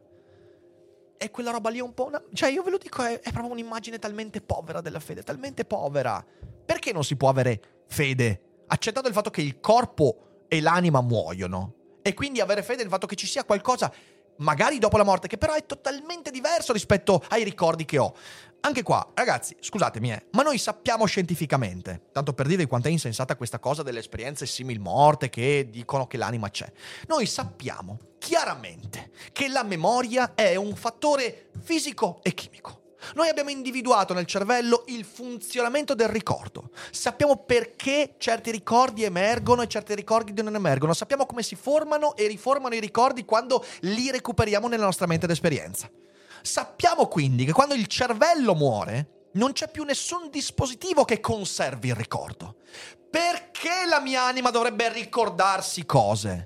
E quella roba lì è un po' una... cioè io ve lo dico, è, è proprio un'immagine talmente povera della fede, talmente povera. Perché non si può avere fede? Accettato il fatto che il corpo e l'anima muoiono. E quindi avere fede nel fatto che ci sia qualcosa, magari dopo la morte, che però è totalmente diverso rispetto ai ricordi che ho. Anche qua, ragazzi, scusatemi, eh, ma noi sappiamo scientificamente, tanto per dirvi quanto è insensata questa cosa delle esperienze simil morte che dicono che l'anima c'è, noi sappiamo chiaramente che la memoria è un fattore fisico e chimico. Noi abbiamo individuato nel cervello il funzionamento del ricordo. Sappiamo perché certi ricordi emergono e certi ricordi non emergono. Sappiamo come si formano e riformano i ricordi quando li recuperiamo nella nostra mente d'esperienza. Sappiamo quindi che quando il cervello muore non c'è più nessun dispositivo che conservi il ricordo. Perché la mia anima dovrebbe ricordarsi cose?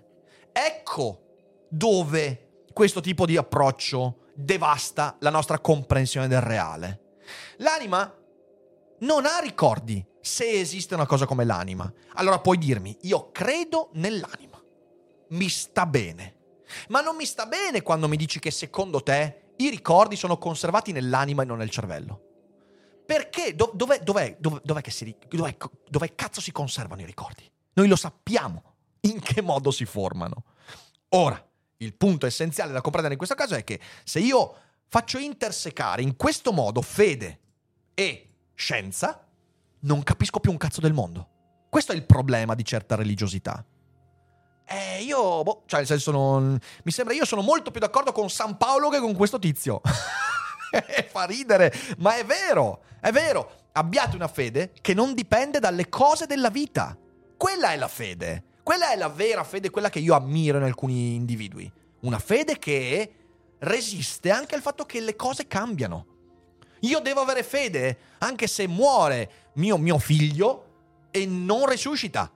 Ecco dove questo tipo di approccio devasta la nostra comprensione del reale. L'anima non ha ricordi se esiste una cosa come l'anima. Allora puoi dirmi, io credo nell'anima. Mi sta bene. Ma non mi sta bene quando mi dici che secondo te i ricordi sono conservati nell'anima e non nel cervello. Perché? Do- dov'è, dov'è, dov'è, dov'è che si, dov'è, dov'è cazzo si conservano i ricordi? Noi lo sappiamo in che modo si formano. Ora, il punto essenziale da comprendere in questo caso è che se io faccio intersecare in questo modo fede e scienza, non capisco più un cazzo del mondo. Questo è il problema di certa religiosità. Eh, io, boh, cioè nel senso non... Mi sembra, io sono molto più d'accordo con San Paolo che con questo tizio. Fa ridere, ma è vero, è vero. Abbiate una fede che non dipende dalle cose della vita. Quella è la fede. Quella è la vera fede, quella che io ammiro in alcuni individui. Una fede che resiste anche al fatto che le cose cambiano. Io devo avere fede anche se muore mio, mio figlio e non resuscita.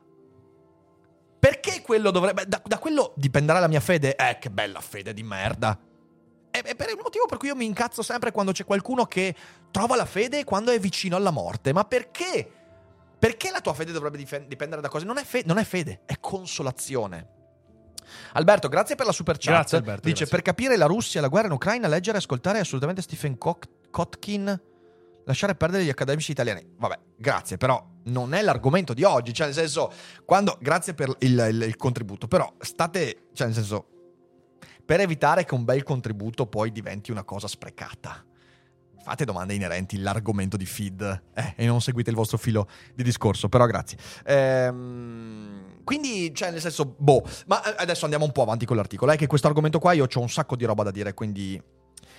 Perché quello dovrebbe... Da, da quello dipenderà la mia fede? Eh, che bella fede di merda. È, è per il motivo per cui io mi incazzo sempre quando c'è qualcuno che trova la fede quando è vicino alla morte. Ma perché? Perché la tua fede dovrebbe dif- dipendere da cose? Non è, fe- non è fede, è consolazione. Alberto, grazie per la super chat. Grazie, Alberto, Dice, grazie. per capire la Russia e la guerra in Ucraina, leggere e ascoltare assolutamente Stephen Kok- Kotkin, lasciare perdere gli accademici italiani. Vabbè, grazie, però non è l'argomento di oggi. Cioè, nel senso, quando... Grazie per il, il, il contributo, però state... Cioè, nel senso, per evitare che un bel contributo poi diventi una cosa sprecata, fate domande inerenti all'argomento di feed eh, e non seguite il vostro filo di discorso, però grazie. Ehm, quindi, cioè, nel senso, boh. Ma adesso andiamo un po' avanti con l'articolo. È che questo argomento qua io ho un sacco di roba da dire, quindi...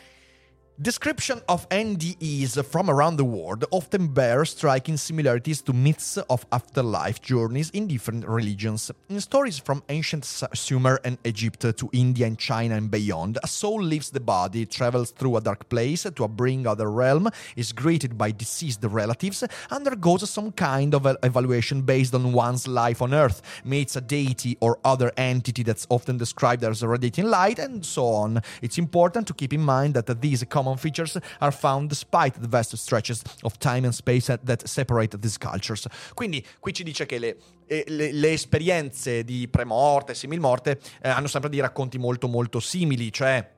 Description of N D Es from around the world often bear striking similarities to myths of afterlife journeys in different religions. In stories from ancient Sumer and Egypt to India and China and beyond, a soul leaves the body, travels through a dark place to a bring other realm, is greeted by deceased relatives, undergoes some kind of evaluation based on one's life on earth, meets a deity or other entity that's often described as radiating light, and so on. It's important to keep in mind that these common features are found despite the vast stretches of time and space that separate these cultures. Quindi qui ci dice che le, le, le esperienze di premorte, similmorte, eh, hanno sempre dei racconti molto molto simili, cioè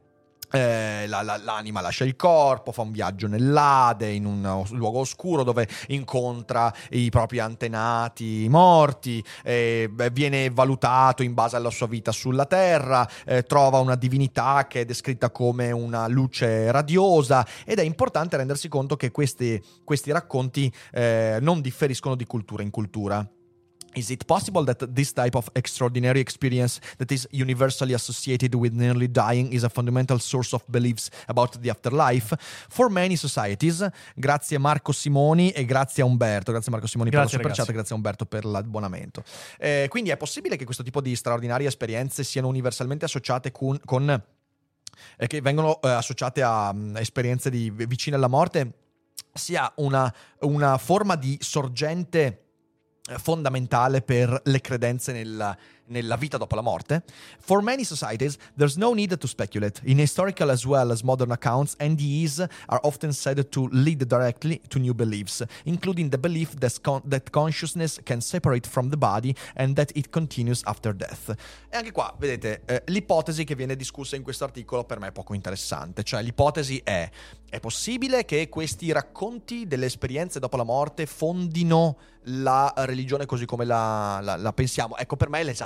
Eh, la, la, l'anima lascia il corpo, fa un viaggio nell'Ade, in un luogo oscuro dove incontra i propri antenati morti, eh, viene valutato in base alla sua vita sulla terra, eh, trova una divinità che è descritta come una luce radiosa, ed è importante rendersi conto che questi, questi racconti eh, non differiscono di cultura in cultura. Is it possible that this type of extraordinary experience that is universally associated with nearly dying is a fundamental source of beliefs about the afterlife? For many societies, grazie Marco Simoni e grazie a Umberto, grazie Marco Simoni Grazie, per la super chat, ragazzi. grazie a Umberto per l'abbonamento. Eh, quindi è possibile che questo tipo di straordinarie esperienze siano universalmente associate con... con eh, che vengono eh, associate a um, esperienze di vicine alla morte, sia una, una forma di sorgente fondamentale per le credenze nella, nella vita dopo la morte. For many societies, there's no need to speculate. In historical as well as modern accounts, N D Es are often said to lead directly to new beliefs, including the belief that, con- that consciousness can separate from the body and that it continues after death. E anche qua, vedete, eh, l'ipotesi che viene discussa in questo articolo per me è poco interessante. Cioè, l'ipotesi è: è possibile che questi racconti delle esperienze dopo la morte fondino la religione così come la, la, la pensiamo? Ecco, per me è l'esatta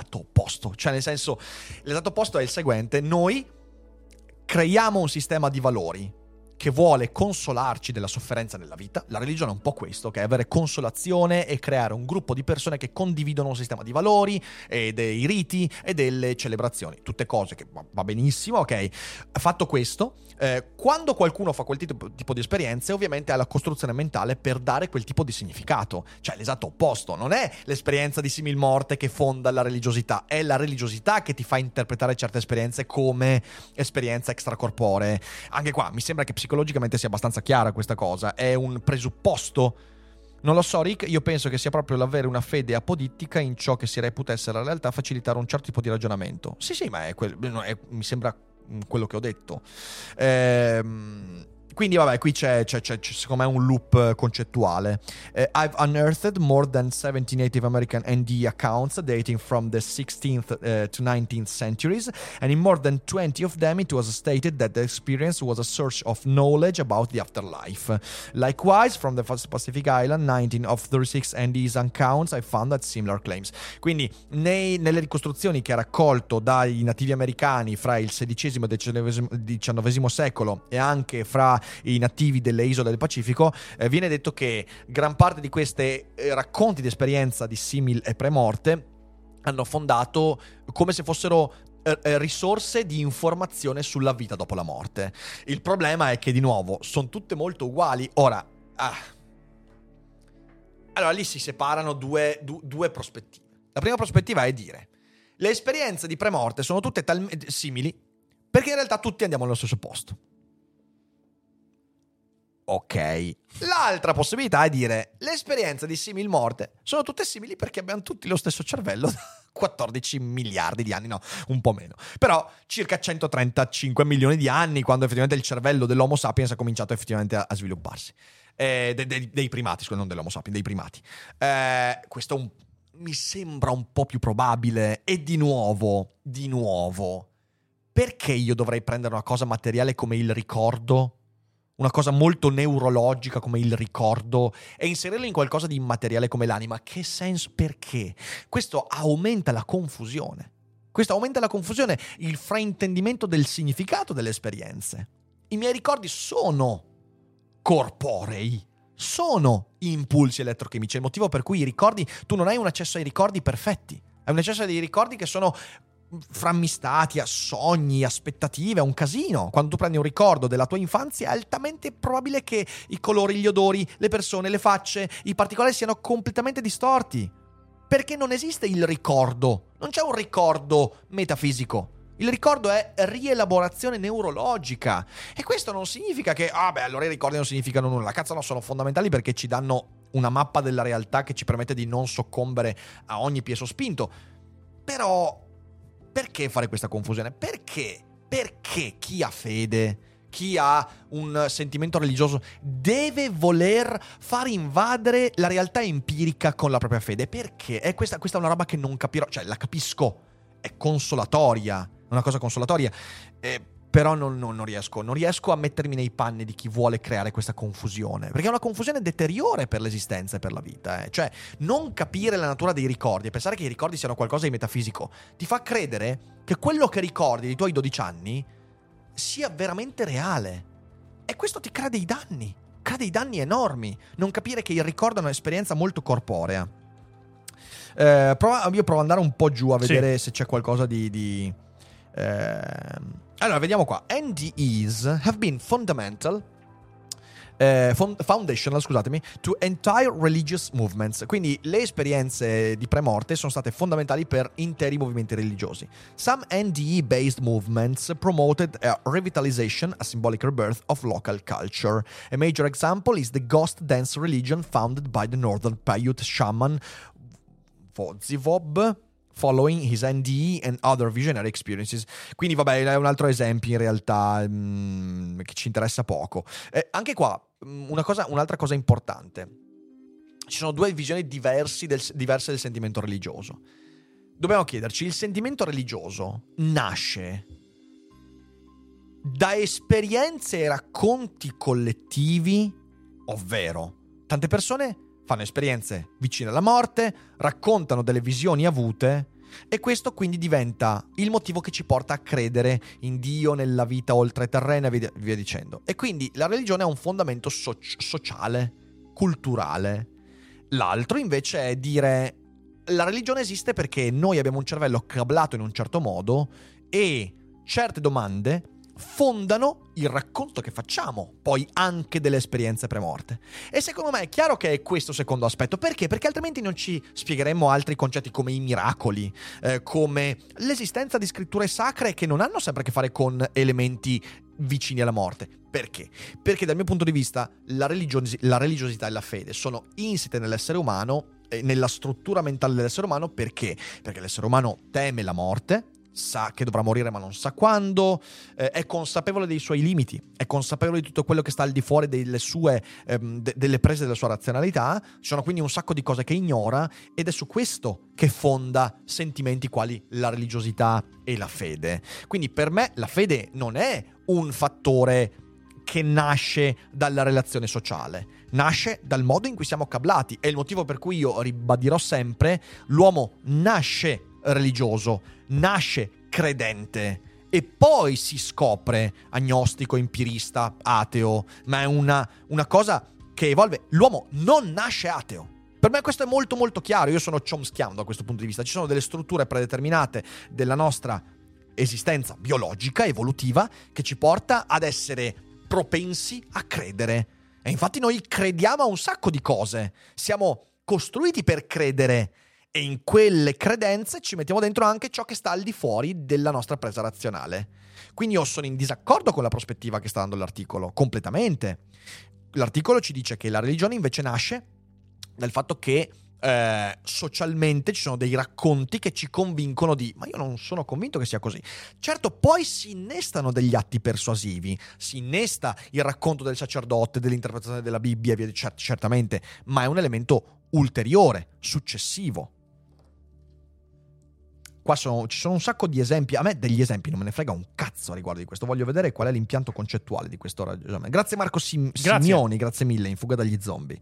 l'esatto opposto. Cioè, nel senso, l'esatto opposto è il seguente: noi creiamo un sistema di valori che vuole consolarci della sofferenza nella vita. La religione è un po' questo, che è avere consolazione e creare un gruppo di persone che condividono un sistema di valori e dei riti e delle celebrazioni. Tutte cose che va benissimo, ok? Fatto questo, eh, quando qualcuno fa quel tipo, tipo di esperienze, ovviamente ha la costruzione mentale per dare quel tipo di significato. Cioè, l'esatto opposto. Non è l'esperienza di similmorte che fonda la religiosità, è la religiosità che ti fa interpretare certe esperienze come esperienze extracorporee. Anche qua mi sembra che psicologicamente sia abbastanza chiara questa cosa. È un presupposto. Non lo so, Rick, io penso che sia proprio l'avere una fede apodittica in ciò che si reputa essere la realtà facilitare un certo tipo di ragionamento. Sì, sì, ma è quel, è, mi sembra quello che ho detto. Ehm... Quindi vabbè, qui c'è, c'è, c'è, c'è secondo me un loop concettuale. Uh, I've unearthed more than seventy Native American N D E accounts dating from the sixteenth uh, to nineteenth centuries, and in more than twenty of them it was stated that the experience was a source of knowledge about the afterlife. Likewise, from the Pacific Island, nineteen of thirty-six N D E's accounts I found that similar claims. Quindi nei, nelle ricostruzioni che ha raccolto dai nativi americani fra il sedicesimo e il diciannovesimo secolo e anche fra i nativi delle isole del Pacifico, eh, viene detto che gran parte di questi eh, racconti di esperienza di simil e premorte hanno fondato come se fossero eh, risorse di informazione sulla vita dopo la morte. Il problema è che, di nuovo, sono tutte molto uguali. Ora, ah. allora lì si separano due, du, due prospettive. La prima prospettiva è dire: le esperienze di premorte sono tutte talmente simili perché in realtà tutti andiamo nello stesso posto. Ok. L'altra possibilità è dire: le esperienze di simil morte sono tutte simili perché abbiamo tutti lo stesso cervello da quattordici miliardi di anni, no, un po' meno, però circa centotrentacinque milioni di anni, quando effettivamente il cervello dell'Homo sapiens ha cominciato effettivamente a, a svilupparsi. Eh, de, de, dei primati, scusa, non dell'Homo sapiens, dei primati. Eh, questo un, mi sembra un po' più probabile. E di nuovo, di nuovo, perché io dovrei prendere una cosa materiale come il ricordo, una cosa molto neurologica come il ricordo, e inserirlo in qualcosa di immateriale come l'anima? Che senso? Perché? Questo aumenta la confusione. Questo aumenta la confusione, il fraintendimento del significato delle esperienze. I miei ricordi sono corporei, sono impulsi elettrochimici. È il motivo per cui i ricordi, tu non hai un accesso ai ricordi perfetti, hai un accesso ai ricordi che sono frammistati a sogni, aspettative, è un casino. Quando tu prendi un ricordo della tua infanzia è altamente probabile che i colori, gli odori, le persone, le facce, i particolari siano completamente distorti, perché non esiste il ricordo, non c'è un ricordo metafisico. Il ricordo è rielaborazione neurologica, e questo non significa che ah beh allora i ricordi non significano nulla. Cazzo no, sono fondamentali perché ci danno una mappa della realtà che ci permette di non soccombere a ogni piè sospinto. Però perché fare questa confusione? Perché? Perché chi ha fede, chi ha un sentimento religioso deve voler far invadere la realtà empirica con la propria fede? Perché? È questa, questa è una roba che non capirò, cioè la capisco, è consolatoria, è una cosa consolatoria, eh, però non, non, non riesco, non riesco a mettermi nei panni di chi vuole creare questa confusione, perché è una confusione deteriore per l'esistenza e per la vita, eh. Cioè non capire la natura dei ricordi e pensare che i ricordi siano qualcosa di metafisico ti fa credere che quello che ricordi dei tuoi dodici anni sia veramente reale, e questo ti crea dei danni, crea dei danni enormi. Non capire che il ricordo è un'esperienza molto corporea. Eh, prova, io provo ad andare un po' giù a vedere sì. se c'è qualcosa di... di eh... Allora, vediamo qua. N D Es have been fundamental, eh, foundational, scusatemi, to entire religious movements. Quindi le esperienze di premorte sono state fondamentali per interi movimenti religiosi. Some N D E-based movements promoted a revitalization, a symbolic rebirth of local culture. A major example is the ghost dance religion founded by the northern Paiute shaman Vodzivob, following his N D E and other visionary experiences. Quindi vabbè, è un altro esempio in realtà mh, che ci interessa poco. Eh, anche qua una cosa, un'altra cosa importante: ci sono due visioni diversi del, diverse del sentimento religioso. Dobbiamo chiederci: il sentimento religioso nasce da esperienze e racconti collettivi, ovvero tante persone fanno esperienze vicine alla morte, raccontano delle visioni avute E questo quindi diventa il motivo che ci porta a credere in Dio, nella vita oltreterrena e via, via dicendo. E quindi la religione ha un fondamento so- sociale, culturale. L'altro invece è dire la religione esiste perché noi abbiamo un cervello cablato in un certo modo e certe domande fondano il racconto che facciamo, poi anche delle esperienze premorte. E secondo me è chiaro che è questo secondo aspetto. Perché? Perché altrimenti non ci spiegheremmo altri concetti come i miracoli, eh, come l'esistenza di scritture sacre che non hanno sempre a che fare con elementi vicini alla morte. Perché? Perché dal mio punto di vista la, religiosi- la religiosità e la fede sono insite nell'essere umano, eh, nella struttura mentale dell'essere umano. Perché? Perché l'essere umano teme la morte, sa che dovrà morire ma non sa quando, eh, è consapevole dei suoi limiti, è consapevole di tutto quello che sta al di fuori delle sue ehm, de- delle prese della sua razionalità. Ci sono quindi un sacco di cose che ignora ed è su questo che fonda sentimenti quali la religiosità e la fede. Quindi per me la fede non è un fattore che nasce dalla relazione sociale, nasce dal modo in cui siamo cablati. È il motivo per cui io ribadirò sempre: l'uomo nasce religioso, nasce credente e poi si scopre agnostico, empirista, ateo, ma è una, una cosa che evolve. L'uomo non nasce ateo. Per me questo è molto molto chiaro. Io sono chomskiano da questo punto di vista. Ci sono delle strutture predeterminate della nostra esistenza biologica, evolutiva, che ci porta ad essere propensi a credere. E infatti noi crediamo a un sacco di cose, siamo costruiti per credere. E in quelle credenze ci mettiamo dentro anche ciò che sta al di fuori della nostra presa razionale. Quindi io sono in disaccordo con la prospettiva che sta dando l'articolo, completamente. L'articolo ci dice che la religione invece nasce dal fatto che eh, socialmente ci sono dei racconti che ci convincono di ma io non sono convinto che sia così. Certo, poi si innestano degli atti persuasivi, si innesta il racconto del sacerdote, dell'interpretazione della Bibbia, via, cert- certamente, ma è un elemento ulteriore, successivo. Qua sono, ci sono un sacco di esempi. A me degli esempi non me ne frega un cazzo a riguardo di questo. Voglio vedere qual è l'impianto concettuale di questo ragionamento. Grazie Marco Sim- Grazie. Simioni, grazie mille, in fuga dagli zombie.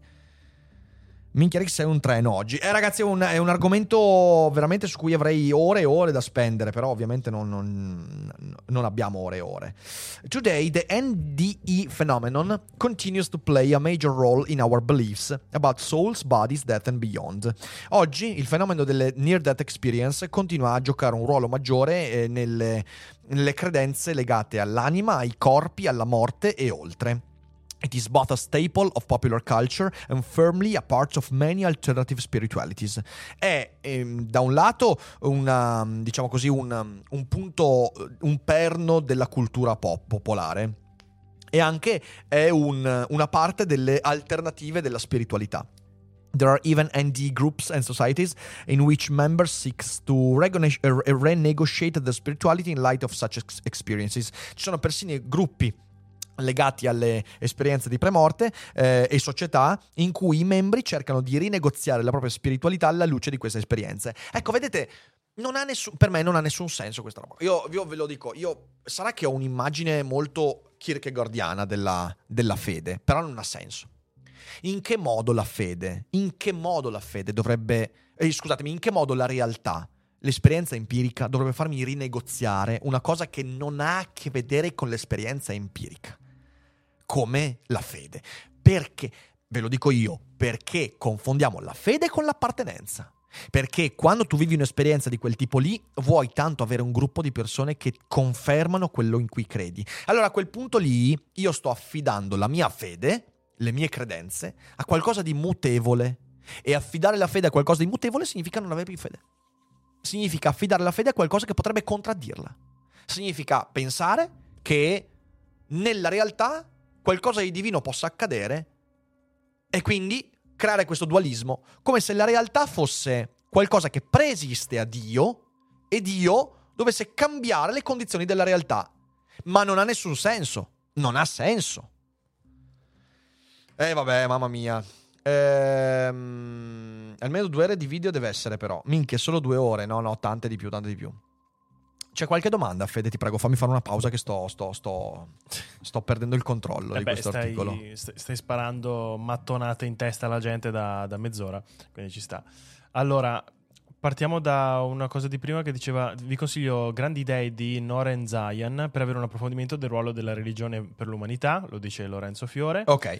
Minchia Rick sei un treno oggi. Eh ragazzi è un, è un argomento veramente su cui avrei ore e ore da spendere, però ovviamente non, non, non abbiamo ore e ore. Today the N D E phenomenon continues to play a major role in our beliefs about souls, bodies, death and beyond. Oggi il fenomeno delle near death experience continua a giocare un ruolo maggiore eh, nelle, nelle credenze legate all'anima, ai corpi, alla morte e oltre. It is both a staple of popular culture and firmly a part of many alternative spiritualities. È ehm, da un lato una, diciamo così, un, un punto, un perno della cultura pop popolare e anche è un, una parte delle alternative della spiritualità. There are even N D E groups and societies in which members seek to regone- uh, renegotiate the spirituality in light of such ex- experiences. Ci sono persino gruppi legati alle esperienze di premorte eh, e società in cui i membri cercano di rinegoziare la propria spiritualità alla luce di queste esperienze. Ecco, vedete, non ha nessun, per me non ha nessun senso questa roba. Io, io ve lo dico, io sarà che ho un'immagine molto kierkegaardiana della, della fede, però non ha senso. In che modo la fede, in che modo la fede dovrebbe, eh, scusatemi, in che modo la realtà, l'esperienza empirica dovrebbe farmi rinegoziare una cosa che non ha a che vedere con l'esperienza empirica, come la fede? Perché, ve lo dico io, perché confondiamo la fede con l'appartenenza. Perché quando tu vivi un'esperienza di quel tipo lì, vuoi tanto avere un gruppo di persone che confermano quello in cui credi. Allora a quel punto lì io sto affidando la mia fede, le mie credenze, a qualcosa di mutevole. E affidare la fede a qualcosa di mutevole significa non avere più fede. Significa affidare la fede a qualcosa che potrebbe contraddirla. Significa pensare che nella realtà qualcosa di divino possa accadere e quindi creare questo dualismo, come se la realtà fosse qualcosa che preesiste a Dio e Dio dovesse cambiare le condizioni della realtà. Ma non ha nessun senso. Non ha senso. Eh vabbè, mamma mia. Ehm, almeno due ore di video deve essere però. Minchia, solo due ore. No, no, tante di più, tante di più. C'è qualche domanda, Fede? Ti prego, fammi fare una pausa che sto, sto, sto, sto perdendo il controllo eh di beh, questo stai, articolo. Stai sparando mattonate in testa alla gente da, da mezz'ora, quindi ci sta. Allora, partiamo da una cosa di prima che diceva: vi consiglio Grandi idee di Noren Zayan per avere un approfondimento del ruolo della religione per l'umanità, lo dice Lorenzo Fiore. Ok.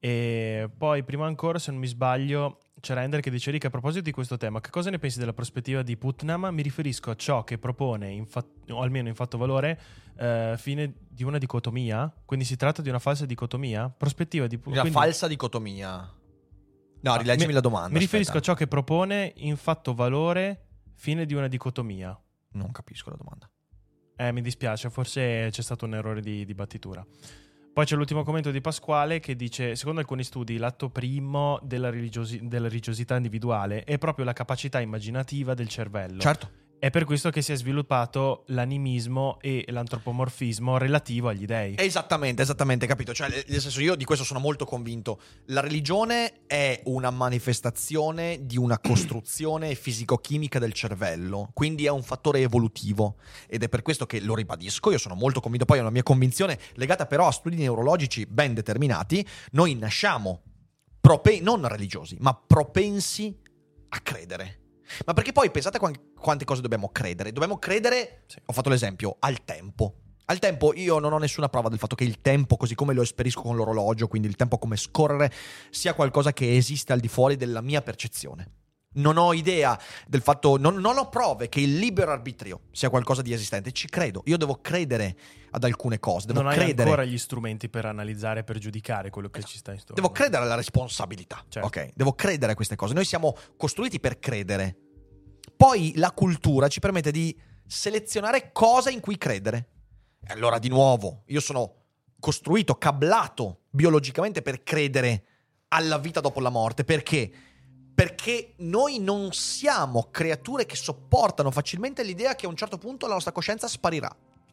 E poi prima ancora, se non mi sbaglio, c'era Ender che dice: Rick, a proposito di questo tema, che cosa ne pensi della prospettiva di Putnam? Mi riferisco a ciò che propone, in fat- o almeno in fatto valore, eh, fine di una dicotomia. Quindi si tratta di una falsa dicotomia? Prospettiva di Una quindi- falsa dicotomia. No, Ah, rileggimi mi- la domanda. Mi riferisco aspetta. a ciò che propone, in fatto valore, fine di una dicotomia. Non capisco la domanda. Eh, mi dispiace, forse c'è stato un errore di, di battitura. Poi c'è l'ultimo commento di Pasquale che dice: secondo alcuni studi l'atto primo della, religiosi- della religiosità individuale è proprio la capacità immaginativa del cervello. Certo. È per questo che si è sviluppato l'animismo e l'antropomorfismo relativo agli dei. Esattamente, esattamente, capito? Cioè, nel senso, io di questo sono molto convinto. La religione è una manifestazione di una costruzione fisico-chimica del cervello, quindi è un fattore evolutivo, ed è per questo che, lo ribadisco, io sono molto convinto, poi è una mia convinzione legata però a studi neurologici ben determinati. Noi nasciamo prope- non religiosi, ma propensi a credere. Ma perché poi pensate a quan- quante cose dobbiamo credere. Dobbiamo credere, Sì. ho fatto l'esempio, al tempo. Al tempo io non ho nessuna prova del fatto che il tempo, così come lo esperisco con l'orologio, quindi il tempo come scorrere, sia qualcosa che esiste al di fuori della mia percezione. Non ho idea del fatto, non, non ho prove che il libero arbitrio sia qualcosa di esistente. Ci credo, io devo credere ad alcune cose, devo non hai credere. ancora gli strumenti per analizzare e per giudicare quello che ci sta in storia. Devo credere alla responsabilità, Certo. ok? Devo credere a queste cose. Noi siamo costruiti per credere. Poi la cultura ci permette di selezionare cosa in cui credere. E allora, di nuovo, io sono costruito, cablato biologicamente per credere alla vita dopo la morte. Perché? Perché noi non siamo creature che sopportano facilmente l'idea che a un certo punto la nostra coscienza sparirà.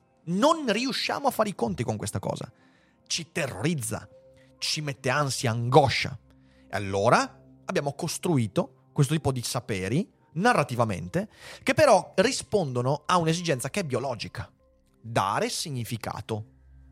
Non riusciamo a fare i conti con questa cosa. Ci terrorizza, ci mette ansia, angoscia. E allora abbiamo costruito questo tipo di saperi, narrativamente, che però rispondono a un'esigenza che è biologica: dare significato.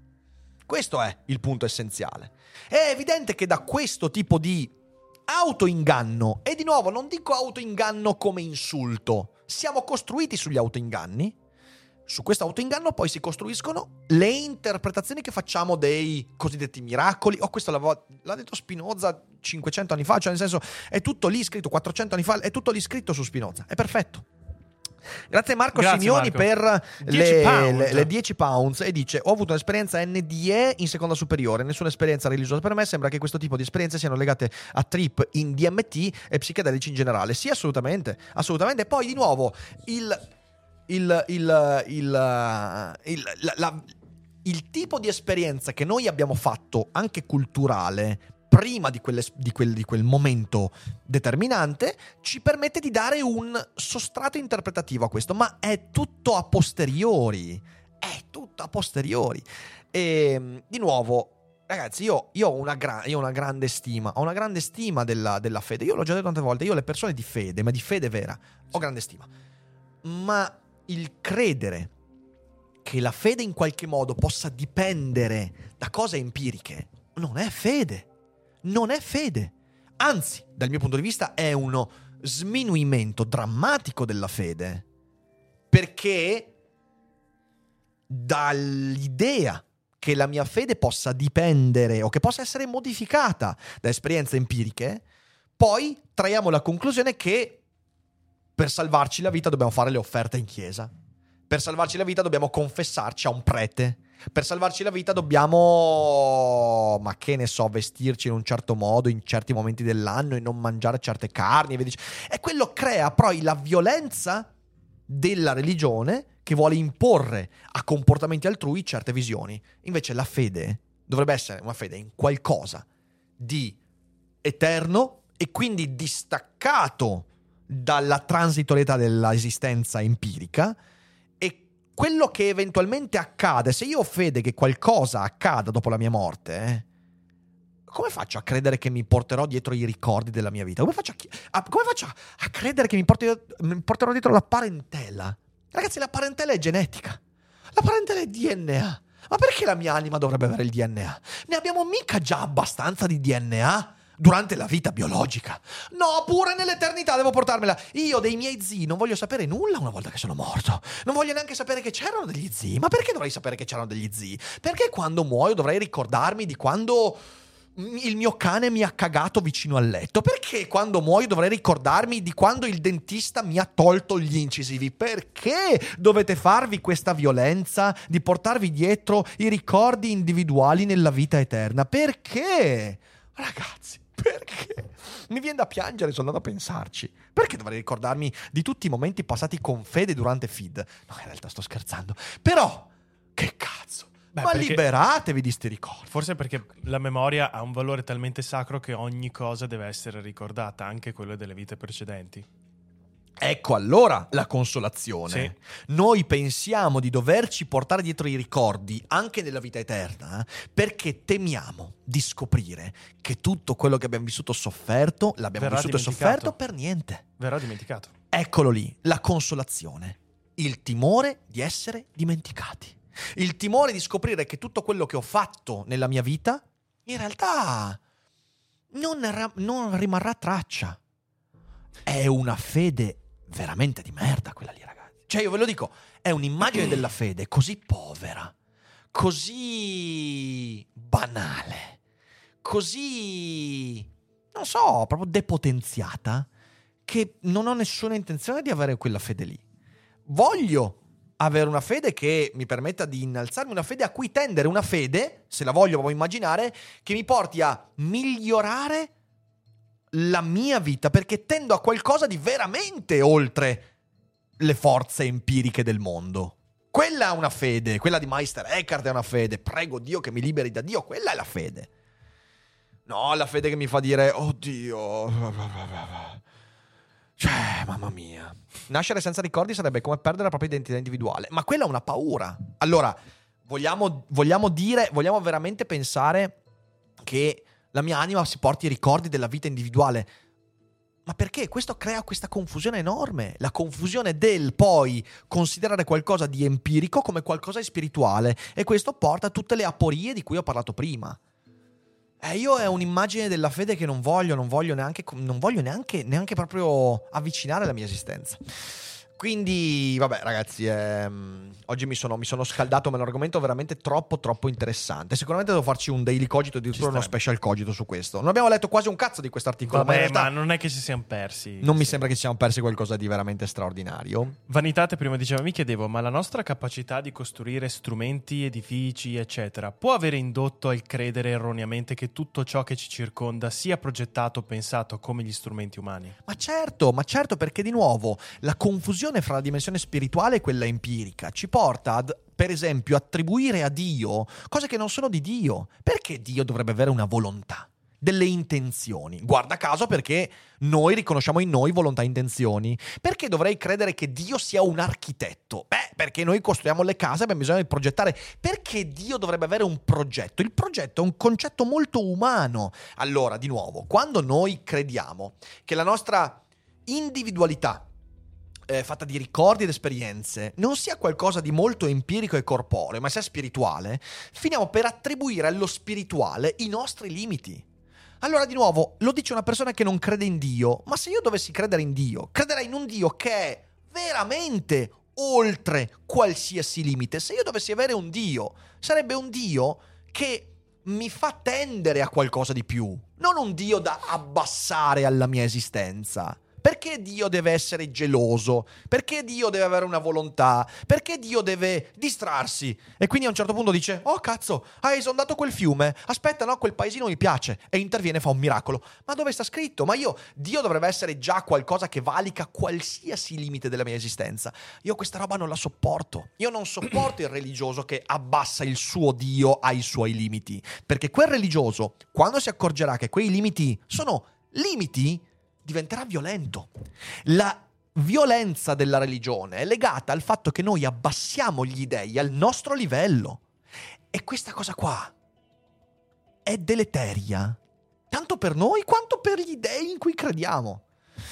Questo è il punto essenziale. È evidente che da questo tipo di autoinganno, e di nuovo non dico autoinganno come insulto, siamo costruiti sugli autoinganni. Su questo autoinganno poi si costruiscono le interpretazioni che facciamo dei cosiddetti miracoli. Oh, questo l'ha, l'ha detto Spinoza cinquecento anni fa, cioè nel senso è tutto lì scritto, quattrocento anni fa, è tutto lì scritto su Spinoza, è perfetto. Grazie Marco Grazie, Simioni Marco. per dieci le, pound. le, le dieci pounds, e dice: ho avuto un'esperienza N D E in seconda superiore, nessuna esperienza religiosa per me, sembra che questo tipo di esperienze siano legate a trip in D M T e psichedelici in generale. Sì, assolutamente, assolutamente. E poi di nuovo il il il il, il, la, la, il tipo di esperienza che noi abbiamo fatto, anche culturale, prima di, quelle, di, quel, di quel momento determinante, ci permette di dare un sostrato interpretativo a questo, ma è tutto a posteriori, è tutto a posteriori. E di nuovo, ragazzi, io, io, ho, una gra- io ho una grande stima, ho una grande stima della, della fede. Io l'ho già detto tante volte, io le persone di fede, ma di fede vera, ho grande stima. Ma il credere che la fede in qualche modo possa dipendere da cose empiriche non è fede. Non è fede. Anzi, dal mio punto di vista è uno sminuimento drammatico della fede, perché dall'idea che la mia fede possa dipendere o che possa essere modificata da esperienze empiriche, poi traiamo la conclusione che per salvarci la vita dobbiamo fare le offerte in chiesa. Per salvarci la vita dobbiamo confessarci a un prete. Per salvarci la vita dobbiamo, ma che ne so, vestirci in un certo modo in certi momenti dell'anno e non mangiare certe carni. E, e quello crea poi la violenza della religione che vuole imporre a comportamenti altrui certe visioni. Invece la fede dovrebbe essere una fede in qualcosa di eterno e quindi distaccato dalla transitorietà dell'esistenza empirica. E quello che eventualmente accade, se io ho fede che qualcosa accada dopo la mia morte, eh, come faccio a credere che mi porterò dietro i ricordi della mia vita? Come faccio a, a, come faccio a, a credere che mi, porti, mi porterò dietro la parentela? Ragazzi, la parentela è genetica, la parentela è D N A. Ma perché la mia anima dovrebbe avere il D N A? Ne abbiamo mica già abbastanza di D N A? durante la vita biologica. No, pure nell'eternità devo portarmela. Io dei miei zii non voglio sapere nulla una volta che sono morto. Non voglio neanche sapere che c'erano degli zii. Ma perché dovrei sapere che c'erano degli zii? Perché quando muoio dovrei ricordarmi di quando il mio cane mi ha cagato vicino al letto? Perché quando muoio dovrei ricordarmi di quando il dentista mi ha tolto gli incisivi? Perché dovete farvi questa violenza di portarvi dietro i ricordi individuali nella vita eterna? Perché? Ragazzi, perché? Mi viene da piangere solo da pensarci. Perché dovrei ricordarmi di tutti i momenti passati con Fede durante Feed? No, in realtà sto scherzando. Però, che cazzo? Beh, Ma perché- liberatevi di sti ricordi. Forse perché la memoria ha un valore talmente sacro che ogni cosa deve essere ricordata, anche quelle delle vite precedenti. Ecco allora la consolazione. Sì. Noi pensiamo di doverci portare dietro i ricordi anche nella vita eterna perché temiamo di scoprire che tutto quello che abbiamo vissuto sofferto l'abbiamo Verrà vissuto e dimenticato. sofferto per niente. Verrà dimenticato. Eccolo lì, la consolazione. Il timore di essere dimenticati. Il timore di scoprire che tutto quello che ho fatto nella mia vita in realtà non, ra- non rimarrà traccia. È una fede veramente di merda quella lì, ragazzi. Cioè, io ve lo dico, è un'immagine della fede così povera, così banale, così, non so, proprio depotenziata, che non ho nessuna intenzione di avere quella fede lì. Voglio avere una fede che mi permetta di innalzarmi, una fede a cui tendere, una fede, se la voglio proprio immaginare, che mi porti a migliorare la mia vita, perché tendo a qualcosa di veramente oltre le forze empiriche del mondo. Quella è una fede, quella di Meister Eckhart è una fede. Prego Dio che mi liberi da Dio, quella è la fede. No, la fede che mi fa dire, oddio, cioè, mamma mia. Nascere senza ricordi sarebbe come perdere la propria identità individuale. Ma quella è una paura. Allora, vogliamo, vogliamo dire, vogliamo veramente pensare che la mia anima si porti i ricordi della vita individuale? Ma perché? Questo crea questa confusione enorme. La confusione del poi considerare qualcosa di empirico come qualcosa di spirituale. E questo porta a tutte le aporie di cui ho parlato prima. Eh, io è un'immagine della fede che non voglio, non voglio neanche, non voglio neanche, neanche proprio avvicinare alla mia esistenza. Quindi, vabbè, ragazzi, ehm, oggi mi sono, mi sono scaldato, ma è un argomento veramente troppo, troppo interessante. Sicuramente devo farci un daily cogito, addirittura uno special cogito su questo. Non abbiamo letto quasi un cazzo di questo articolo, ma in Vabbè, realtà ma non è che ci siamo persi. non mi Sì. sembra che ci siamo persi qualcosa di veramente straordinario. Vanitate prima diceva, mi chiedevo, ma la nostra capacità di costruire strumenti, edifici, eccetera, può avere indotto al credere erroneamente che tutto ciò che ci circonda sia progettato o pensato come gli strumenti umani? Ma certo, ma certo, perché di nuovo la confusione fra la dimensione spirituale e quella empirica ci porta ad, per esempio, attribuire a Dio cose che non sono di Dio. Perché Dio dovrebbe avere una volontà? Delle intenzioni. Guarda caso perché noi riconosciamo in noi volontà e intenzioni. Perché dovrei credere che Dio sia un architetto? Beh, perché noi costruiamo le case e abbiamo bisogno di progettare. Perché Dio dovrebbe avere un progetto? Il progetto è un concetto molto umano. Allora, di nuovo, quando noi crediamo che la nostra individualità eh, fatta di ricordi ed esperienze non sia qualcosa di molto empirico e corporeo, ma sia spirituale, finiamo per attribuire allo spirituale i nostri limiti. Allora, di nuovo, lo dice una persona che non crede in Dio, ma se io dovessi credere in Dio, crederei in un Dio che è veramente oltre qualsiasi limite. Se io dovessi avere un Dio, sarebbe un Dio che mi fa tendere a qualcosa di più, non un Dio da abbassare alla mia esistenza. Perché Dio deve essere geloso? Perché Dio deve avere una volontà? Perché Dio deve distrarsi? E quindi a un certo punto dice: oh cazzo, hai esondato quel fiume? Aspetta, no, quel paesino mi piace. E interviene e fa un miracolo. Ma dove sta scritto? Ma io, Dio dovrebbe essere già qualcosa che valica qualsiasi limite della mia esistenza. Io questa roba non la sopporto. Io non sopporto il religioso che abbassa il suo Dio ai suoi limiti. Perché quel religioso, quando si accorgerà che quei limiti sono limiti, diventerà violento. La violenza della religione è legata al fatto che noi abbassiamo gli dei al nostro livello. E questa cosa qua è deleteria, tanto per noi quanto per gli dei in cui crediamo.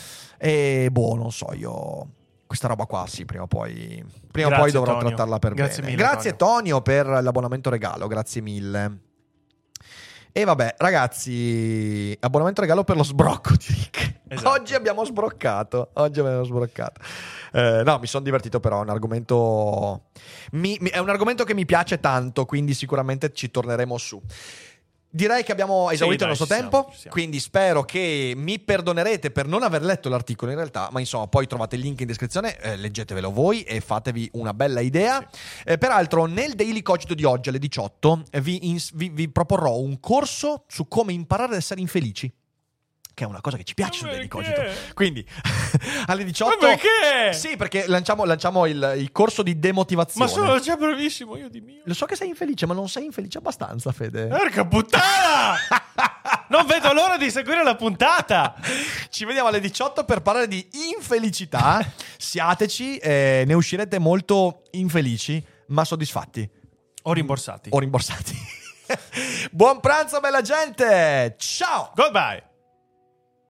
E boh, non so, io questa roba qua sì, prima o poi prima o poi dovrò Tonio. trattarla per Grazie bene. mille, Grazie Tonio per l'abbonamento regalo, grazie mille. E vabbè, ragazzi, abbonamento regalo per lo sbrocco di Rick. Esatto. Oggi abbiamo sbroccato. Oggi abbiamo sbroccato. Eh, no, mi sono divertito, però è un argomento. Mi, mi, è un argomento che mi piace tanto, quindi sicuramente ci torneremo su. Direi che abbiamo esaurito Sì, dai, il nostro ci siamo, tempo, ci siamo. quindi spero che mi perdonerete per non aver letto l'articolo in realtà, ma insomma poi trovate il link in descrizione, eh, leggetevelo voi e fatevi una bella idea. Eh, peraltro nel Daily Cogito di oggi alle diciotto eh, vi, ins- vi, vi proporrò un corso su come imparare ad essere infelici, che è una cosa che ci piace sul Daily Cogito. Quindi alle diciotto... Ma perché? Sì, perché lanciamo, lanciamo il, il corso di demotivazione. Ma sono già bravissimo io di mio. Lo so che sei infelice, ma non sei infelice abbastanza, Fede. Porca puttana! Non vedo l'ora di seguire la puntata. Ci vediamo alle diciotto per parlare di infelicità. Siateci, eh, ne uscirete molto infelici, ma soddisfatti. O rimborsati. O rimborsati. Buon pranzo, bella gente! Ciao! Goodbye.